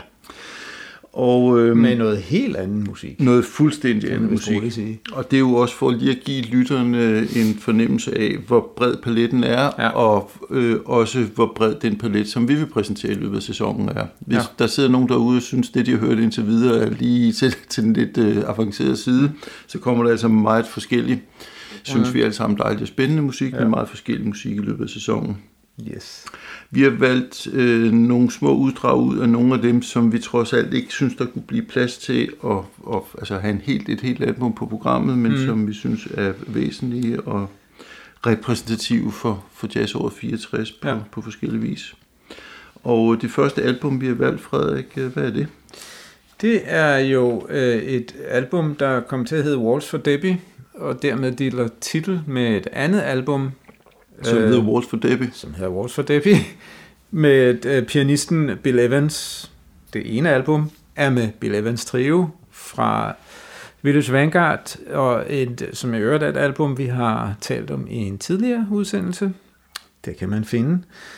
Og, øhm, med noget helt anden musik. Noget fuldstændig anden musik. Og det er jo også for lige at give lytterne en fornemmelse af, hvor bred paletten er, ja. og øh, også hvor bred den palet, som vi vil præsentere i løbet af sæsonen er. Hvis ja. der sidder nogen derude og synes, det de har hørt indtil videre er lige til, til den lidt øh, avancerede side, så kommer der altså meget forskelligt, synes ja. vi alle sammen, dejligt og spændende musik, ja. men meget forskellig musik i løbet af sæsonen. Yes. Vi har valgt øh, nogle små uddrag ud af nogle af dem, som vi trods alt ikke synes, der kunne blive plads til at, at altså have en helt, et helt album på programmet, men mm. som vi synes er væsentlige og repræsentative for, for jazzåret fireogtres på, ja. på forskellige vis. Og det første album, vi har valgt, Frederik, hvad er det? Det er jo øh, et album, der kommer til at hedde Waltz for Debbie, og dermed deler titel med et andet album, som hedder Waltz for Debbie. Som hedder Waltz for Debbie. Med uh, pianisten Bill Evans. Det ene album er med Bill Evans Trio fra Village Vanguard, og et, som jeg hørte, et album, vi har talt om i en tidligere udsendelse. Det kan man finde,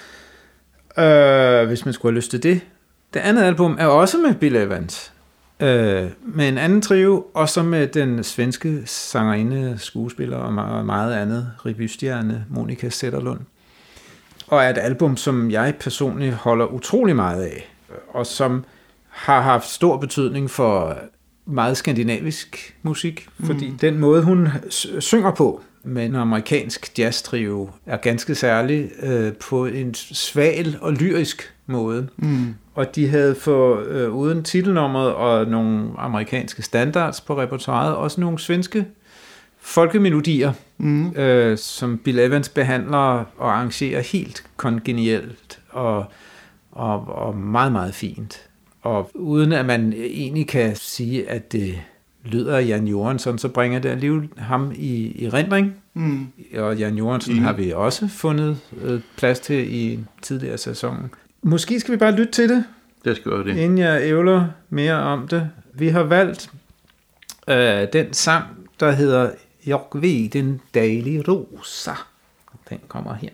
uh, hvis man skulle have lyst til det. Det andet album er også med Bill Evans, uh, med en anden trio, og så med den svenske sangerinde, skuespiller og meget andet, revystjerne Monica Zetterlund. Og er et album, som jeg personligt holder utrolig meget af, og som har haft stor betydning for meget skandinavisk musik, fordi mm. den måde, hun synger på med en amerikansk jazztrio, er ganske særlig øh, på en sval og lyrisk måde. Mm. Og de havde for øh, uden titelnummeret og nogle amerikanske standards på repertoiret, også nogle svenske folkemelodier, mm. øh, som Bill Evans behandler og arrangerer helt kongenielt og og, og meget, meget fint. Og uden at man egentlig kan sige, at det lyder af Jan Johansson, så bringer det alligevel ham i, i rendring. Mm. Og Jan Johansson mm. har vi også fundet øh, plads til i tidligere sæson. Måske skal vi bare lytte til det, det skal det. Inden jeg ævler mere om det. Vi har valgt øh, den sang, der hedder Jag vid en dejlig rosa. Den kommer her.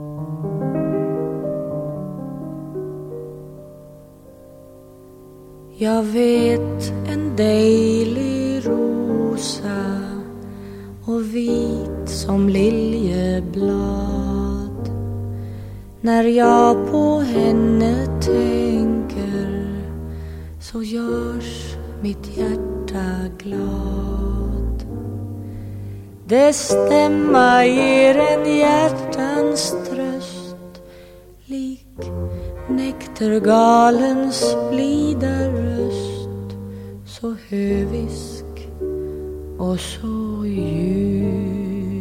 Jag vet en dejlig rosa och vit som liljeblad. När jag på henne tänker så görs mitt hjärta glad. Det stämma ger en hjärtans tröst lik nektargalens blida röst, så hövisk och så ljuv.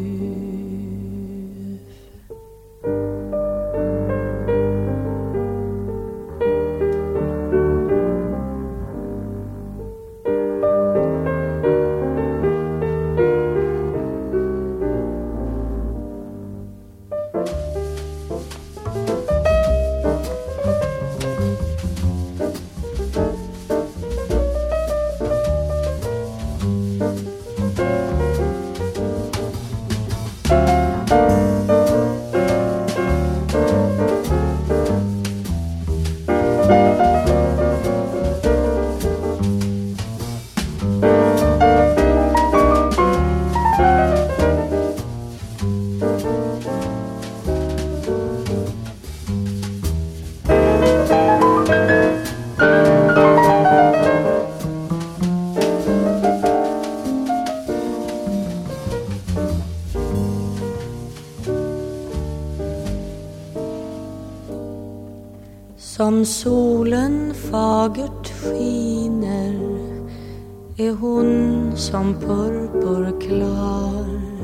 Som solen fagert skiner är hon som purpur klar.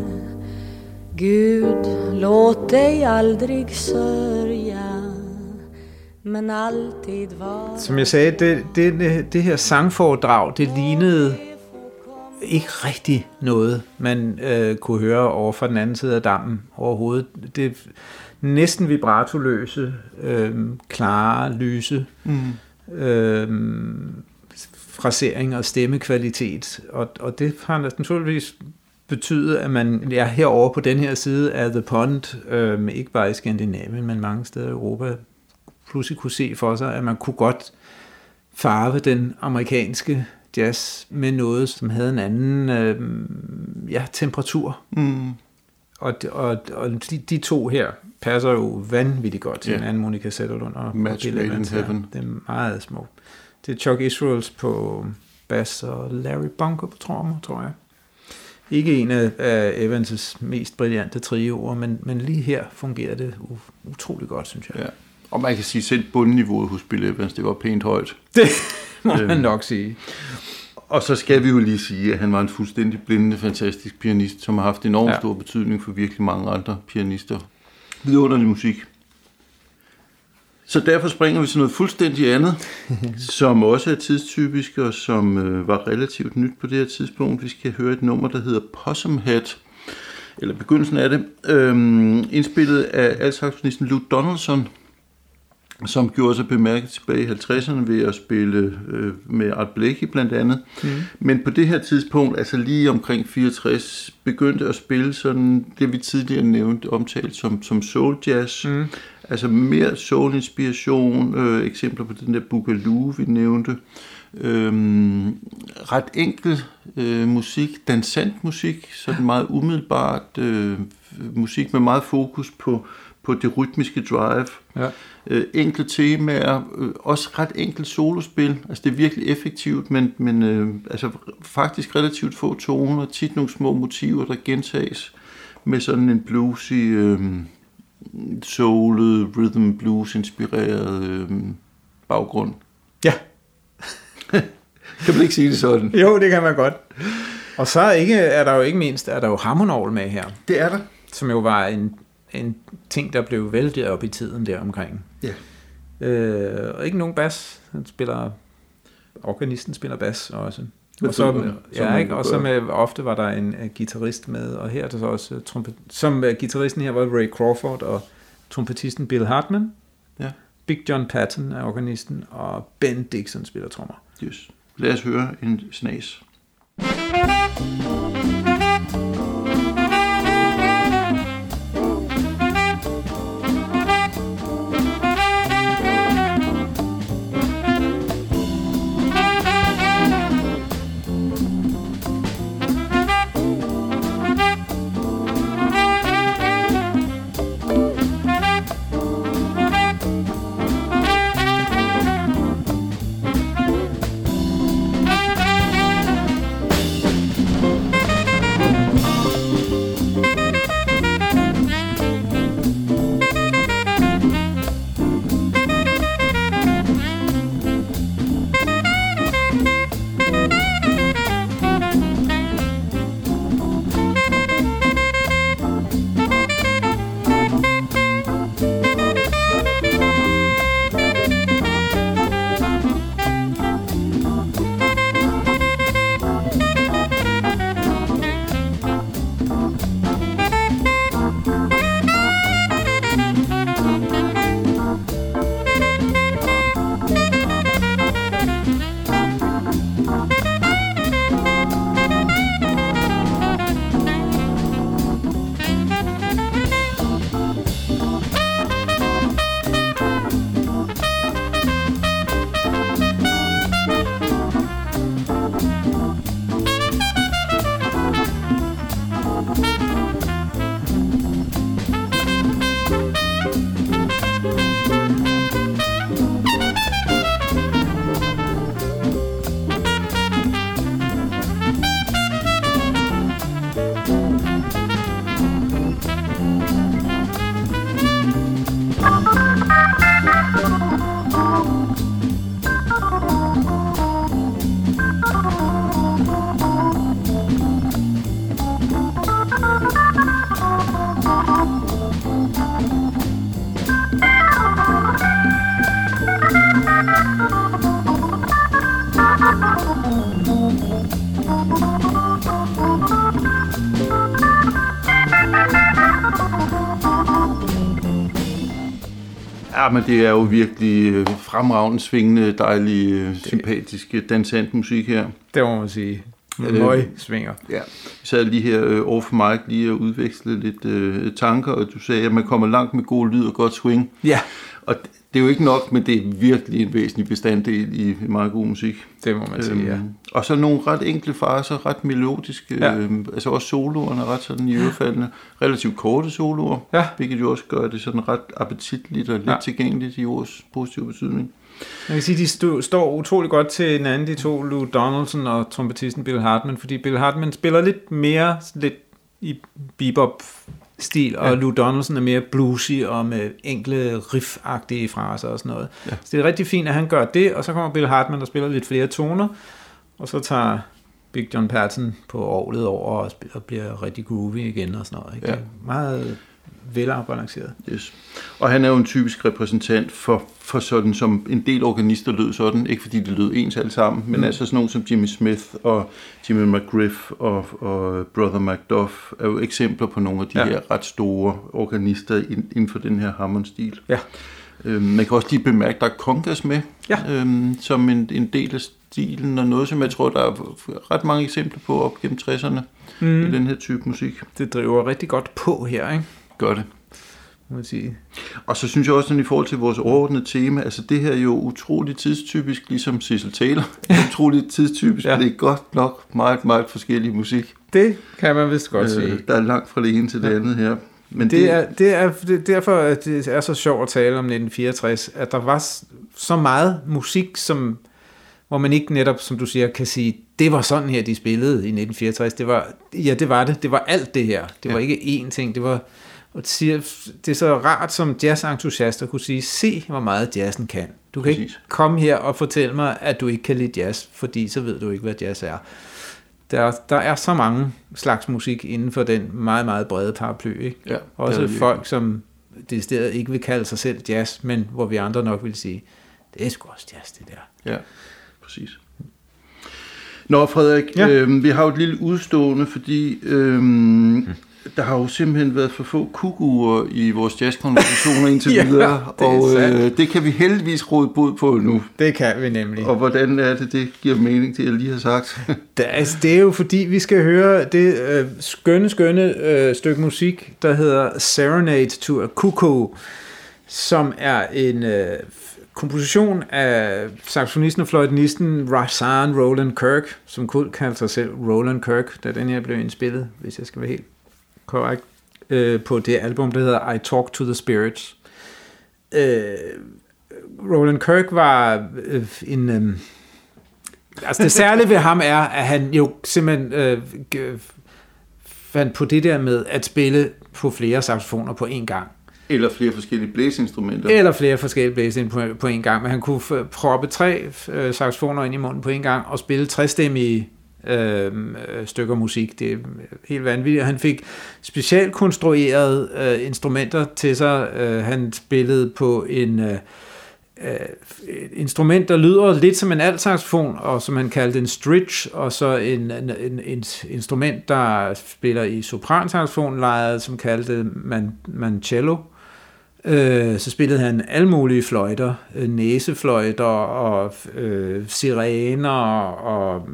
Gud, låt dig aldrig sörja, men alltid var. Som jeg sagde, det, det, det her sangforedrag, det lignede ikke rigtig noget, man øh, kunne høre over fra den anden side af dammen overhovedet. Det næsten vibratoløse, øh, klare, lyse mm. øh, frasering og stemmekvalitet. Og, og det har naturligvis betydet, at man er herovre på den her side af The Pond, øh, ikke bare i Skandinavien, men mange steder i Europa, pludselig kunne se for sig, at man kunne godt farve den amerikanske jazz med noget, som havde en anden øh, ja, temperatur. Mm. Og, og, og de, de to her passer jo vanvittigt godt til yeah. en anden Monica Zetterlund og Match Made in Heaven. Det er meget smukt. Det er Chuck Israels på bass og Larry Bunker på trommer, tror jeg. Ikke en af, af Evans' mest brillante trioer, men, men lige her fungerer det utrolig godt, synes jeg. Ja. Og man kan sige, selv bundniveauet hos Bill Evans, det var pænt højt. Det må man nok sige. Og så skal vi jo lige sige, at han var en fuldstændig blindende, fantastisk pianist, som har haft enormt ja. stor betydning for virkelig mange andre pianister. Vidunderlig musik. Så derfor springer vi til noget fuldstændig andet, som også er tidstypisk, og som øh, var relativt nyt på det her tidspunkt. Vi skal høre et nummer, der hedder Possum Head, eller begyndelsen af det, øh, indspillet af altsaxofonisten Lou Donaldson, som gjorde sig bemærket tilbage i halvtredserne ved at spille øh, med Art Blakey blandt andet. Mm. Men på det her tidspunkt, altså lige omkring fireogtres, begyndte at spille sådan det, vi tidligere nævnte, omtalt som, som soul jazz. Mm. Altså mere soul-inspiration, øh, eksempler på den der Boogaloo, vi nævnte. Øhm, ret enkel øh, musik, dansant musik, sådan meget umiddelbart øh, musik med meget fokus på, på det rytmiske drive. Ja. Øh, enkle temaer, øh, også ret enkelt solospil, altså det er virkelig effektivt, men, men øh, altså faktisk relativt få toner, tit nogle små motiver, der gentages med sådan en bluesy, øh, soulet, rhythm blues inspireret øh, baggrund. Ja. Kan man ikke sige det sådan? Jo, det kan man godt. Og så er, ikke, er der jo ikke mindst, er der jo harmonorgel med her. Det er der. Som jo var en en ting, der blev vældig op i tiden der omkring. Ja. Øh, og ikke nogen bas. Han spiller, organisten spiller bas også. Og så, ja, ikke? Og så med, ofte var der en uh, guitarist med, og her er der så også uh, trompet, som uh, guitaristen her var Ray Crawford, og trompetisten Bill Hartman. Ja. Big John Patton er organisten, og Ben Dixon spiller trommer. Yes. Lad os høre en snas. Ja, men det er jo virkelig fremragende, svingende, dejlig, sympatiske, dansant musik her. Det må man sige. Møg svinger. Ja, vi sad lige her øh, over for Mike lige og udvekslede lidt øh, tanker, og du sagde, at man kommer langt med god lyd og godt swing. Ja. Og det er jo ikke nok, men det er virkelig en væsentlig bestanddel i meget god musik. Det må man sige, øhm, ja. Og så nogle ret enkle fraser, ret melodiske, ja. øh, altså også soloerne ret sådan i ørefaldende, relativt korte soloer, ja. hvilket jo også gør det sådan ret appetitligt og lidt ja. tilgængeligt i ordets positive betydning. Man kan sige, de stå, står utrolig godt til en anden, de to, Lou Donaldson og trompetisten Bill Hartman, fordi Bill Hartman spiller lidt mere lidt i bebop-stil, ja. og Lou Donaldson er mere bluesy og med enkle riff-agtige fraser og sådan noget. Ja. Så det er rigtig fint, at han gør det, og så kommer Bill Hartman, der spiller lidt flere toner, og så tager Big John Patton på orglet over og, og bliver rigtig groovy igen og sådan noget. Ikke? Ja. Meget velafbalanceret. Yes. Og han er jo en typisk repræsentant for, for sådan, som en del organister lød sådan, ikke fordi det lød ens alle sammen, men mm. altså sådan nogle som Jimmy Smith og Jimmy McGriff og, og Brother McDuff er jo eksempler på nogle af de ja. her ret store organister inden for den her Hammond-stil. Ja. Øhm, man kan også lige bemærke, der er congas med, ja. øhm, som en, en del af stilen, og noget, som jeg tror, der er ret mange eksempler på op gennem tresserne mm. i den her type musik. Det driver rigtig godt på her, ikke? Gør det. Må jeg sige. Og så synes jeg også, at i forhold til vores overordnede tema, altså det her er jo utroligt tidstypisk, ligesom Cecil Taylor. utroligt tidstypisk, ja. Det er godt nok meget, meget forskellig musik. Det kan man vist godt øh, sige. Der er langt fra det ene til det ja. andet her. Men det, det, er, det er det er derfor, at det er så sjovt at tale om nitten fireogtres, at der var så meget musik, som, hvor man ikke netop, som du siger, kan sige, det var sådan her, de spillede i nitten fireogtres. Det var, ja, det var det. Det var alt det her. Det var ja. ikke én ting. Det var, og det, siger, det er så rart som jazzentusiast at kunne sige, se hvor meget jazzen kan. Du kan Præcis. ikke komme her og fortælle mig, at du ikke kan lide jazz, fordi så ved du ikke, hvad jazz er. Der, der er så mange slags musik inden for den meget, meget brede paraply. Ikke? Ja, også folk, som det stedet ikke vil kalde sig selv jazz, men hvor vi andre nok vil sige, det er sgu også jazz, det der. Ja, præcis. Nå, Frederik, ja. øh, vi har jo et lille udstående, fordi øh, hmm. der har jo simpelthen været for få kukuer i vores jazzkonversationer indtil ja, videre, og øh, det kan vi heldigvis råde bod på nu. Det kan vi nemlig. Og hvordan er det, det giver mening til, jeg lige har sagt? det, altså, det er jo fordi, vi skal høre det øh, skønne, skønne øh, stykke musik, der hedder Serenade to a Cuckoo, som er en øh, komposition af saxofonisten og fløjtenisten Rahsaan Roland Kirk, som kun kaldte sig selv Roland Kirk, da den her blev indspillet, hvis jeg skal være helt korrekt, øh, på det album, der hedder I Talk to the Spirits. Øh, Roland Kirk var øh, en... Øh, altså det særlige ved ham er, at han jo simpelthen øh, fandt på det der med at spille på flere saxofoner på én gang. Eller flere forskellige blæseinstrumenter. Eller flere forskellige blæseinstrumenter på én gang, men han kunne proppe tre øh, saxofoner ind i munden på én gang og spille trestemmige øh, stykker musik. Det er helt vanvittigt. Han fik specielt konstruerede øh, instrumenter til sig. Øh, han spillede på en øh, et instrument, der lyder lidt som en altsaxofon, og som han kaldte en stridge, og så en, en, en, en instrument, der spiller i sopransaxofonlejet, som kaldte man, mancello. Øh, så spillede han alle mulige fløjter, øh, næsefløjter og øh, sirener og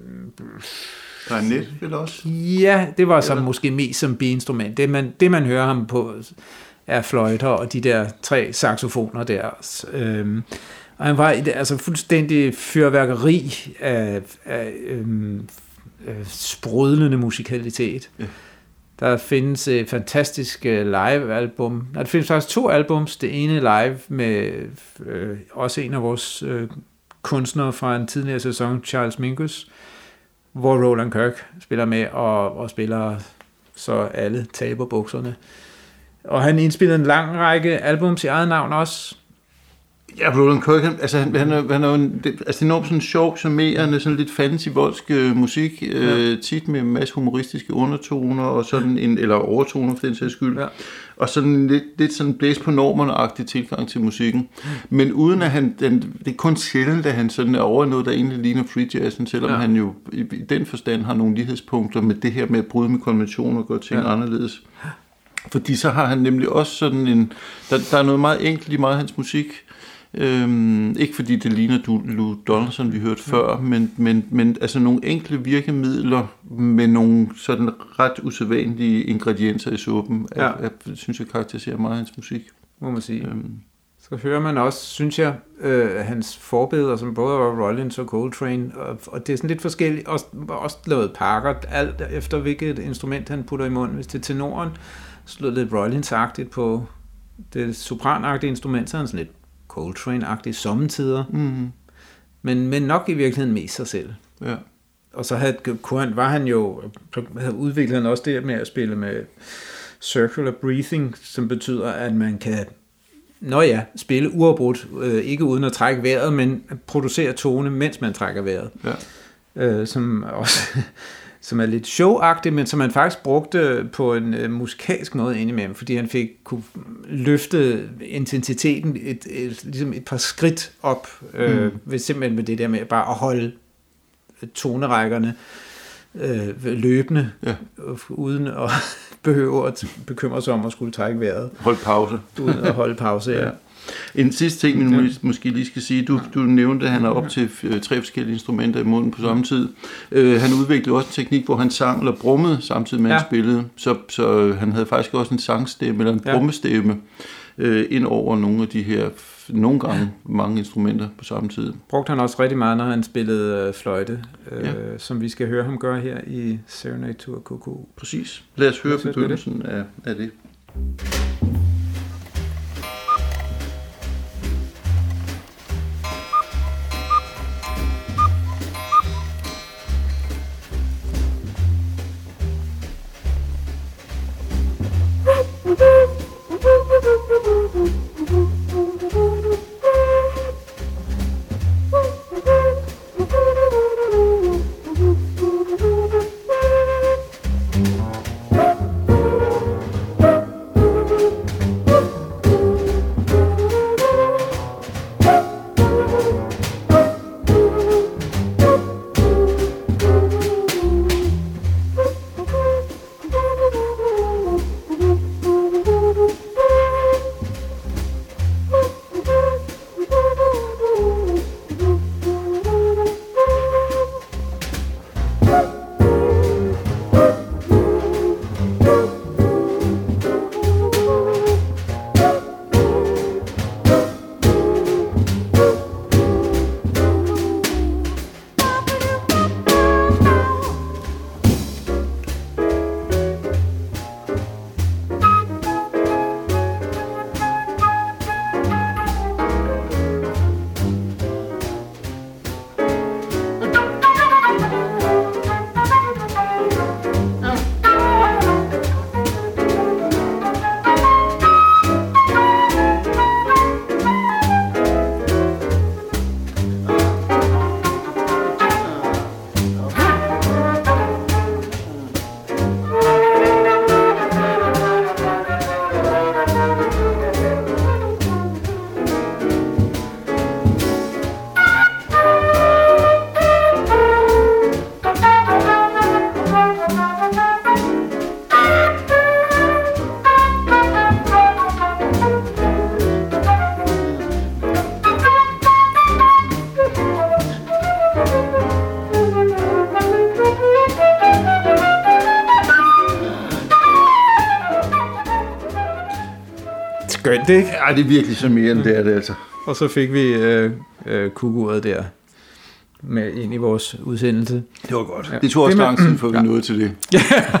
klarinet spiller også? Ja, det var så måske mest som bi-instrument. Det man, det man hører ham på er fløjter og de der tre saxofoner der. Øhm, og han var altså fuldstændig fyrværkeri af, af øhm, øh, sprudlende musikalitet. Ja. Der findes et fantastisk live-album. Der findes faktisk to albums. Det ene live med øh, også en af vores øh, kunstnere fra en tidligere sæson, Charles Mingus, hvor Roland Kirk spiller med og, og spiller så alle taber bukserne. Og han indspillede en lang række albums i eget navn også. Ja, Roland Kirk, han, altså han, han, er, han er jo en, det, altså enormt sådan sjov, charmerende, sådan lidt fancy-voldsk øh, musik, øh, ja. Tit med en masse humoristiske undertoner, og sådan en, eller overtoner for den sags skyld, ja. Og sådan lidt, lidt sådan blæs på normerne-agtig tilgang til musikken. Men uden at han, den, det er kun sjældent, at han sådan er over noget, der egentlig ligner free jazzen, selvom ja. Han jo i, i den forstand har nogle lighedspunkter med det her med at bryde med konventioner og gøre ting ja. Anderledes. Fordi så har han nemlig også sådan en, der, der er noget meget enkelt i meget af hans musik. Øhm, ikke fordi det ligner Lou Donaldson, vi hørte før, men, men, men altså nogle enkle virkemidler med nogle sådan ret usædvanlige ingredienser i suppen, ja. er, er, synes jeg karakteriserer meget af hans musik. Må man sige. Øhm. Så hører man også, synes jeg, øh, hans forbilleder, som både var Rollins og Coltrane, og, og det er sådan lidt forskelligt, også, også lavet pakker, alt efter hvilket instrument han putter i munden. Hvis det er tenoren, så lød lidt Rollins-agtigt på det sopranagtige instrument, så er han sådan lidt Coltrane-agtigt sommetider, mm-hmm. men, men nok i virkeligheden mest sig selv. Ja. Og så havde, han, var han jo, havde udviklet han også det med at spille med circular breathing, som betyder, at man kan, nå ja, spille uafbrudt, øh, ikke uden at trække vejret, men producere tone, mens man trækker vejret. Ja. Øh, som også som er lidt showagtigt, men som han faktisk brugte på en øh, musikalsk måde indimellem, fordi han fik kunne løfte intensiteten et, et, et, ligesom et par skridt op, øh, mm. ved simpelthen med det der med bare at holde tonerækkerne øh, løbende, ja. Uden at behøve at bekymre sig om at skulle trække vejret. Hold pause. Uden at holde pause, ja. Ja. En sidste ting, man måske lige skal sige, du, du nævnte, at han har op til tre forskellige instrumenter i munden på samme tid. Uh, han udviklede også en teknik, hvor han sang eller brummede samtidig med, ja. Han spillede. Så, så han havde faktisk også en sangstemme eller en ja. brummestemme uh, ind over nogle af de her, nogle gange mange instrumenter på samme tid. Brugte han også rigtig meget, når han spillede uh, fløjte, uh, ja. Som vi skal høre ham gøre her i Serenade to a Cuckoo. Præcis. Lad os høre begyndelsen af, af det. skønt, ikke? Ja, det er virkelig så mere end det er det, altså. Og så fik vi øh, øh, kukuret der med ind i vores udsendelse. Det var godt. Ja. Det tog også lang tid, før vi nåede til det. Ja.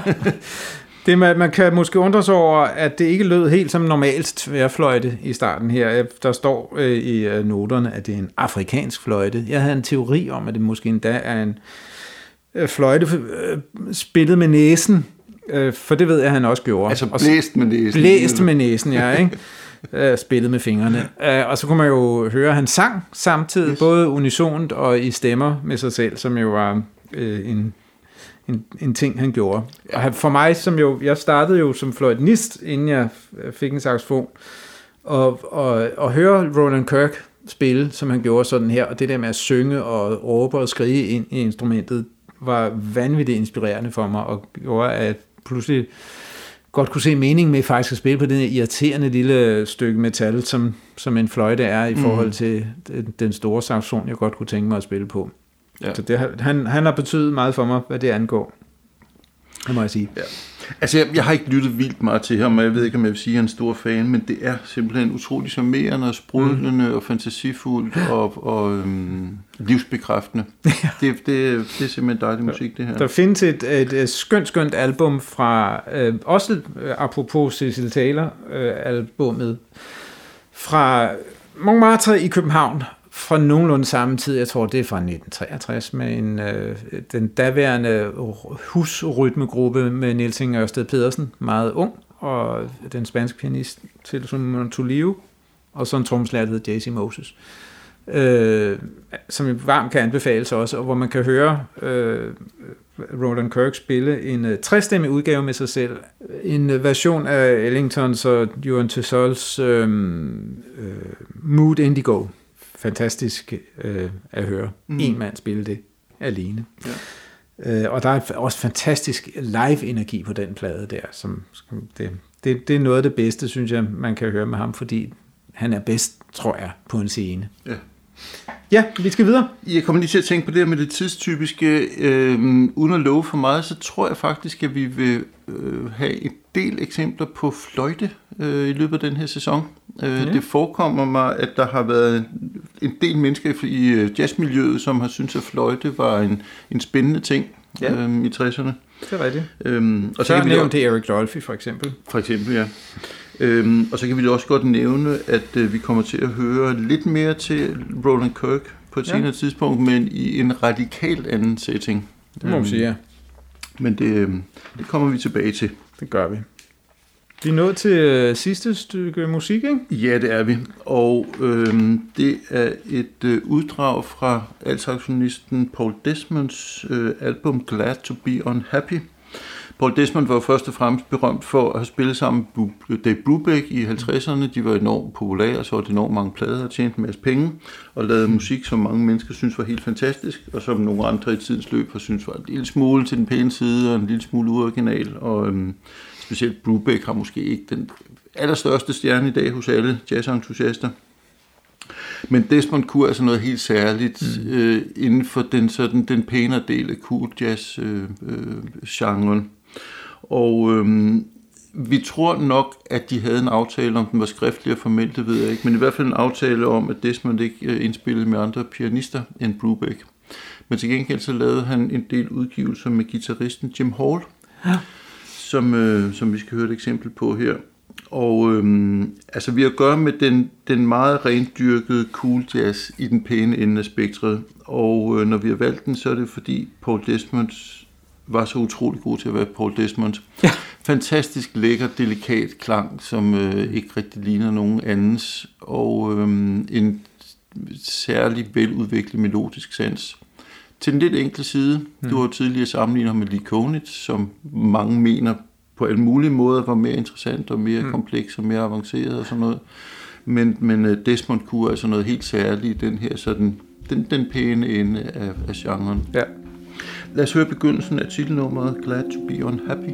Det man, man kan måske undre sig over, at det ikke lød helt som normalt tværfløjte i starten her. Der står øh, i øh, noterne, at det er en afrikansk fløjte. Jeg havde en teori om, at det måske endda er en øh, fløjte øh, spillet med næsen, øh, for det ved jeg, at han også gjorde. Altså blæst med næsen. Blæst med næsen, ja, ikke? Øh, spillet med fingrene. Øh, og så kunne man jo høre, at han sang samtidig, yes. både unisont og i stemmer med sig selv, som jo var øh, en... En, en ting, han gjorde. Ja. Og for mig, som jo, jeg startede jo som fløjtenist, inden jeg fik en saxofon, og, og, og høre Roland Kirk spille, som han gjorde sådan her, og det der med at synge og råbe og skrige ind i instrumentet, var vanvittigt inspirerende for mig, og gjorde, at jeg pludselig godt kunne se mening med faktisk at spille på den irriterende lille stykke metal, som, som en fløjte er i forhold til den, den store saxofon, jeg godt kunne tænke mig at spille på. Ja. Så det, han, han har betydet meget for mig, hvad det angår. Det må jeg sige. Ja. Altså, jeg, jeg har ikke lyttet vildt meget til ham, og jeg ved ikke, om jeg vil sige, at jeg er en stor fan, men det er simpelthen utrolig charmerende og sprudlende mm. og fantasifuldt og, og øhm, livsbekræftende. Ja. Det, det, det er simpelthen dejlig musik, det her. Der findes et, et, et skønt, skønt album fra, øh, også øh, apropos Cecil Taylor, øh, albumet, fra Montmartre i København, fra nogenlunde samme tid, jeg tror det er fra nitten treogtres, med en, øh, den daværende husrytmegruppe med Niels Inge Ørsted Pedersen, meget ung, og den spanske pianist Celso Montolivo, og så en trommeslager, der hedder J C Moses, øh, som varmt kan anbefales også, og hvor man kan høre øh, Roland Kirk spille en øh, trestemmig udgave med sig selv, en øh, version af Ellingtons og Johan Tessols øh, øh, Mood Indigo. Fantastisk øh, at høre. Mm. En mand spille det alene. Ja. Øh, og der er også fantastisk live-energi på den plade der. Som, som det, det, det er noget af det bedste, synes jeg, man kan høre med ham, fordi han er bedst, tror jeg, på en scene. Ja. Ja, vi skal videre. Jeg kommer lige til at tænke på det med det tidstypiske. Øh, uden at love for meget, så tror jeg faktisk, at vi vil øh, have en del eksempler på fløjte øh, i løbet af den her sæson. Øh, ja. Det forekommer mig, at der har været en del mennesker i jazzmiljøet, som har syntes, at fløjte var en, en spændende ting ja. øh, i tresserne. Det er rigtigt. Øhm, og så, så kan vi nævne det Eric Dolphy for eksempel. For eksempel, ja. Øhm, og så kan vi også godt nævne, at øh, vi kommer til at høre lidt mere til Roland Kirk på et ja. senere tidspunkt, men i en radikalt anden setting. Det må man øhm, sige, ja. Men det, øh, det kommer vi tilbage til. Det gør vi. Vi er nået til øh, sidste stykke musik, ikke? Ja, det er vi. Og øh, det er et øh, uddrag fra altsaxofonisten Paul Desmonds øh, album Glad to be Unhappy. Paul Desmond var først og fremmest berømt for at have spillet sammen med Dave Brubeck i halvtredserne. De var enormt populære, og så var det enormt mange plader og tjente en masse penge, og lavede musik, som mange mennesker synes var helt fantastisk, og som nogle andre i tidens løb har synes var en lille smule til den pæne side, og en lille smule uoriginal, og øhm, specielt Brubeck har måske ikke den allerstørste stjerne i dag hos alle jazzentusiaster. Men Desmond kunne altså noget helt særligt mm. øh, inden for den, sådan, den pænere del af cool jazz-genren. Øh, øh, og øh, vi tror nok, at de havde en aftale, om den var skriftlig og formelt, det ved jeg ikke, men i hvert fald en aftale om, at Desmond ikke øh, indspillede med andre pianister end Brubeck. Men til gengæld så lavede han en del udgivelser med guitaristen Jim Hall, ja. som, øh, som vi skal høre et eksempel på her. Og øhm, altså vi har at gøre med den, den meget rendyrkede cool jazz i den pæne ende af spektret. Og øh, når vi har valgt den, så er det fordi Paul Desmond var så utrolig god til at være Paul Desmond. Ja. Fantastisk lækker, delikat klang, som øh, ikke rigtig ligner nogen andens. Og øh, en særlig veludviklet melodisk sans. Til den lidt enkle side, mm. du har tidligere sammenlignet med Lee Konitz, som mange mener på alle mulige måder var mere interessant og mere mm. kompleks og mere avanceret og sådan noget. Men, men Desmond kunne altså noget helt særligt i den her sådan, den, den pæne ende af, af genren. Ja. Lad os høre begyndelsen af titelnummeret Glad to be Unhappy.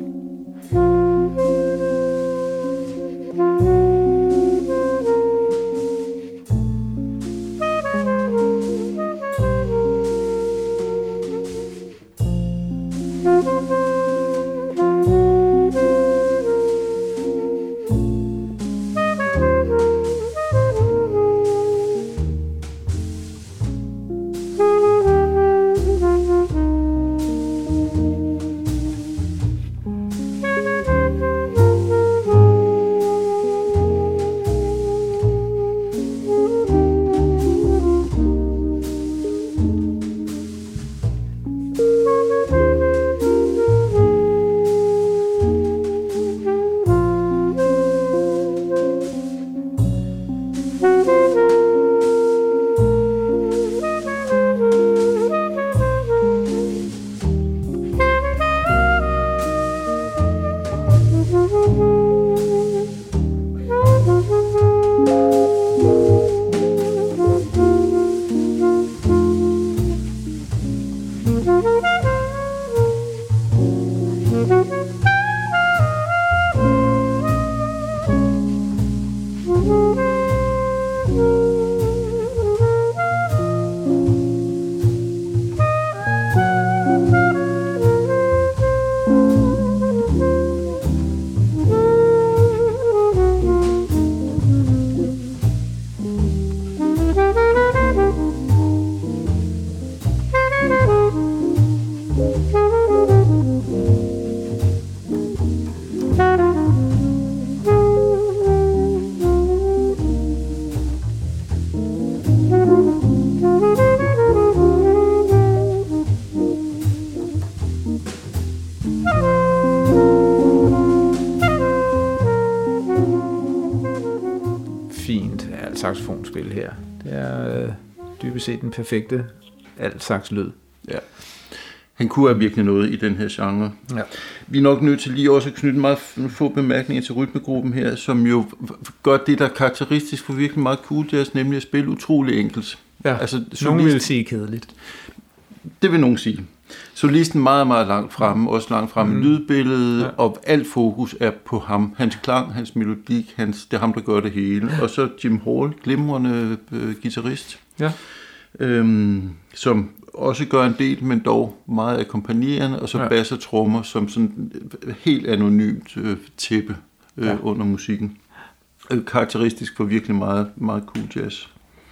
fint alt saxofonspil her. Det er øh, dybest set den perfekte alt sax lyd. Ja. Han kunne have virkelig noget i den her genre. Ja. Vi er nok nødt til lige også at knytte meget få bemærkninger til rytmegruppen her, som jo gør det, der er karakteristisk for virkelig meget cool jazz, nemlig at spille utrolig enkelt. Ja, altså, nogen vil sige kedeligt. Det vil nogen sige. Solisten meget, meget langt fremme, også langt fremme mm. i lydbilledet, ja. Og alt fokus er på ham. Hans klang, hans melodik, hans, det er ham, der gør det hele. Og så Jim Hall, glimrende øh, guitarist, ja. øhm, som også gør en del, men dog meget akkompagnerende, og så ja. Bass og trommer som sådan helt anonymt øh, tæppe øh, ja. Under musikken. Øh, karakteristisk for virkelig meget, meget cool jazz.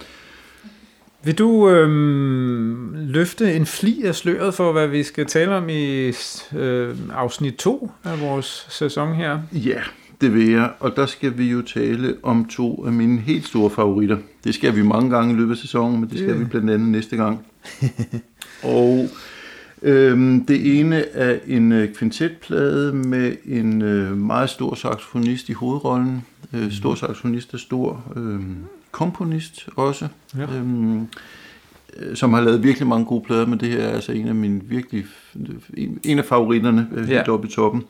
Vil du øh, løfte en fli af sløret for, hvad vi skal tale om i øh, afsnit to af vores sæson her? Ja, det vil jeg, og der skal vi jo tale om to af mine helt store favoritter. Det skal vi mange gange i løbet af sæsonen, men det skal yeah. vi blandt andet næste gang. Og øhm, det ene er en øh, kvintetplade med en øh, meget stor saxofonist i hovedrollen. Øh, stor saxofonist og stor øh, komponist også, ja. øhm, som har lavet virkelig mange gode plader, men det her er altså en af mine virkelig, en, en af favoritterne øh, helt ja. Oppe i toppen.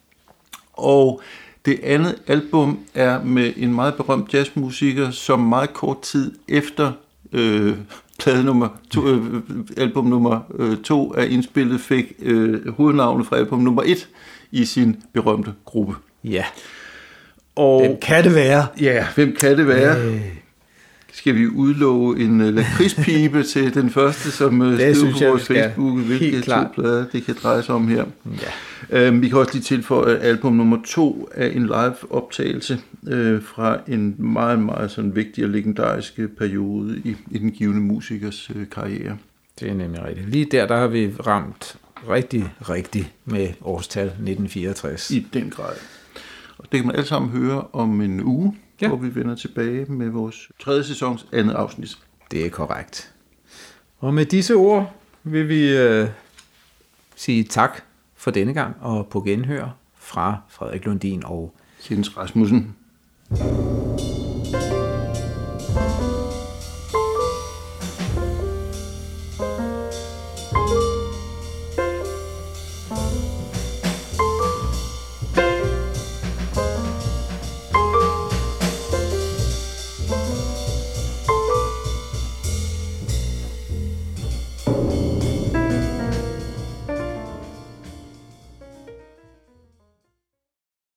Og det andet album er med en meget berømt jazzmusiker, som meget kort tid efter øh, plade nummer to, øh, album nummer øh, to er indspillet, fik øh, hovednavnet fra album nummer et i sin berømte gruppe. Ja. Og, hvem kan det være? Ja, hvem kan det være? Øh. Skal vi udlove en uh, lakridspibe til den første, som uh, skriver på vores Facebook, hvilke to plader det kan dreje sig om her. Ja. Uh, vi kan også lige tilføje, at album nummer to er en live-optagelse uh, fra en meget, meget sådan vigtig og legendarisk periode i, i den givende musikers uh, karriere. Det er nemlig rigtigt. Lige der, der har vi ramt rigtig, rigtig med årstal nitten fireogtres. I den grad. Og det kan man alle sammen høre om en uge. Ja. Hvor vi vender tilbage med vores tredje sæsons andet afsnit. Det er korrekt. Og med disse ord vil vi øh, sige tak for denne gang, og på genhør fra Frederik Lundin og Jens Rasmussen.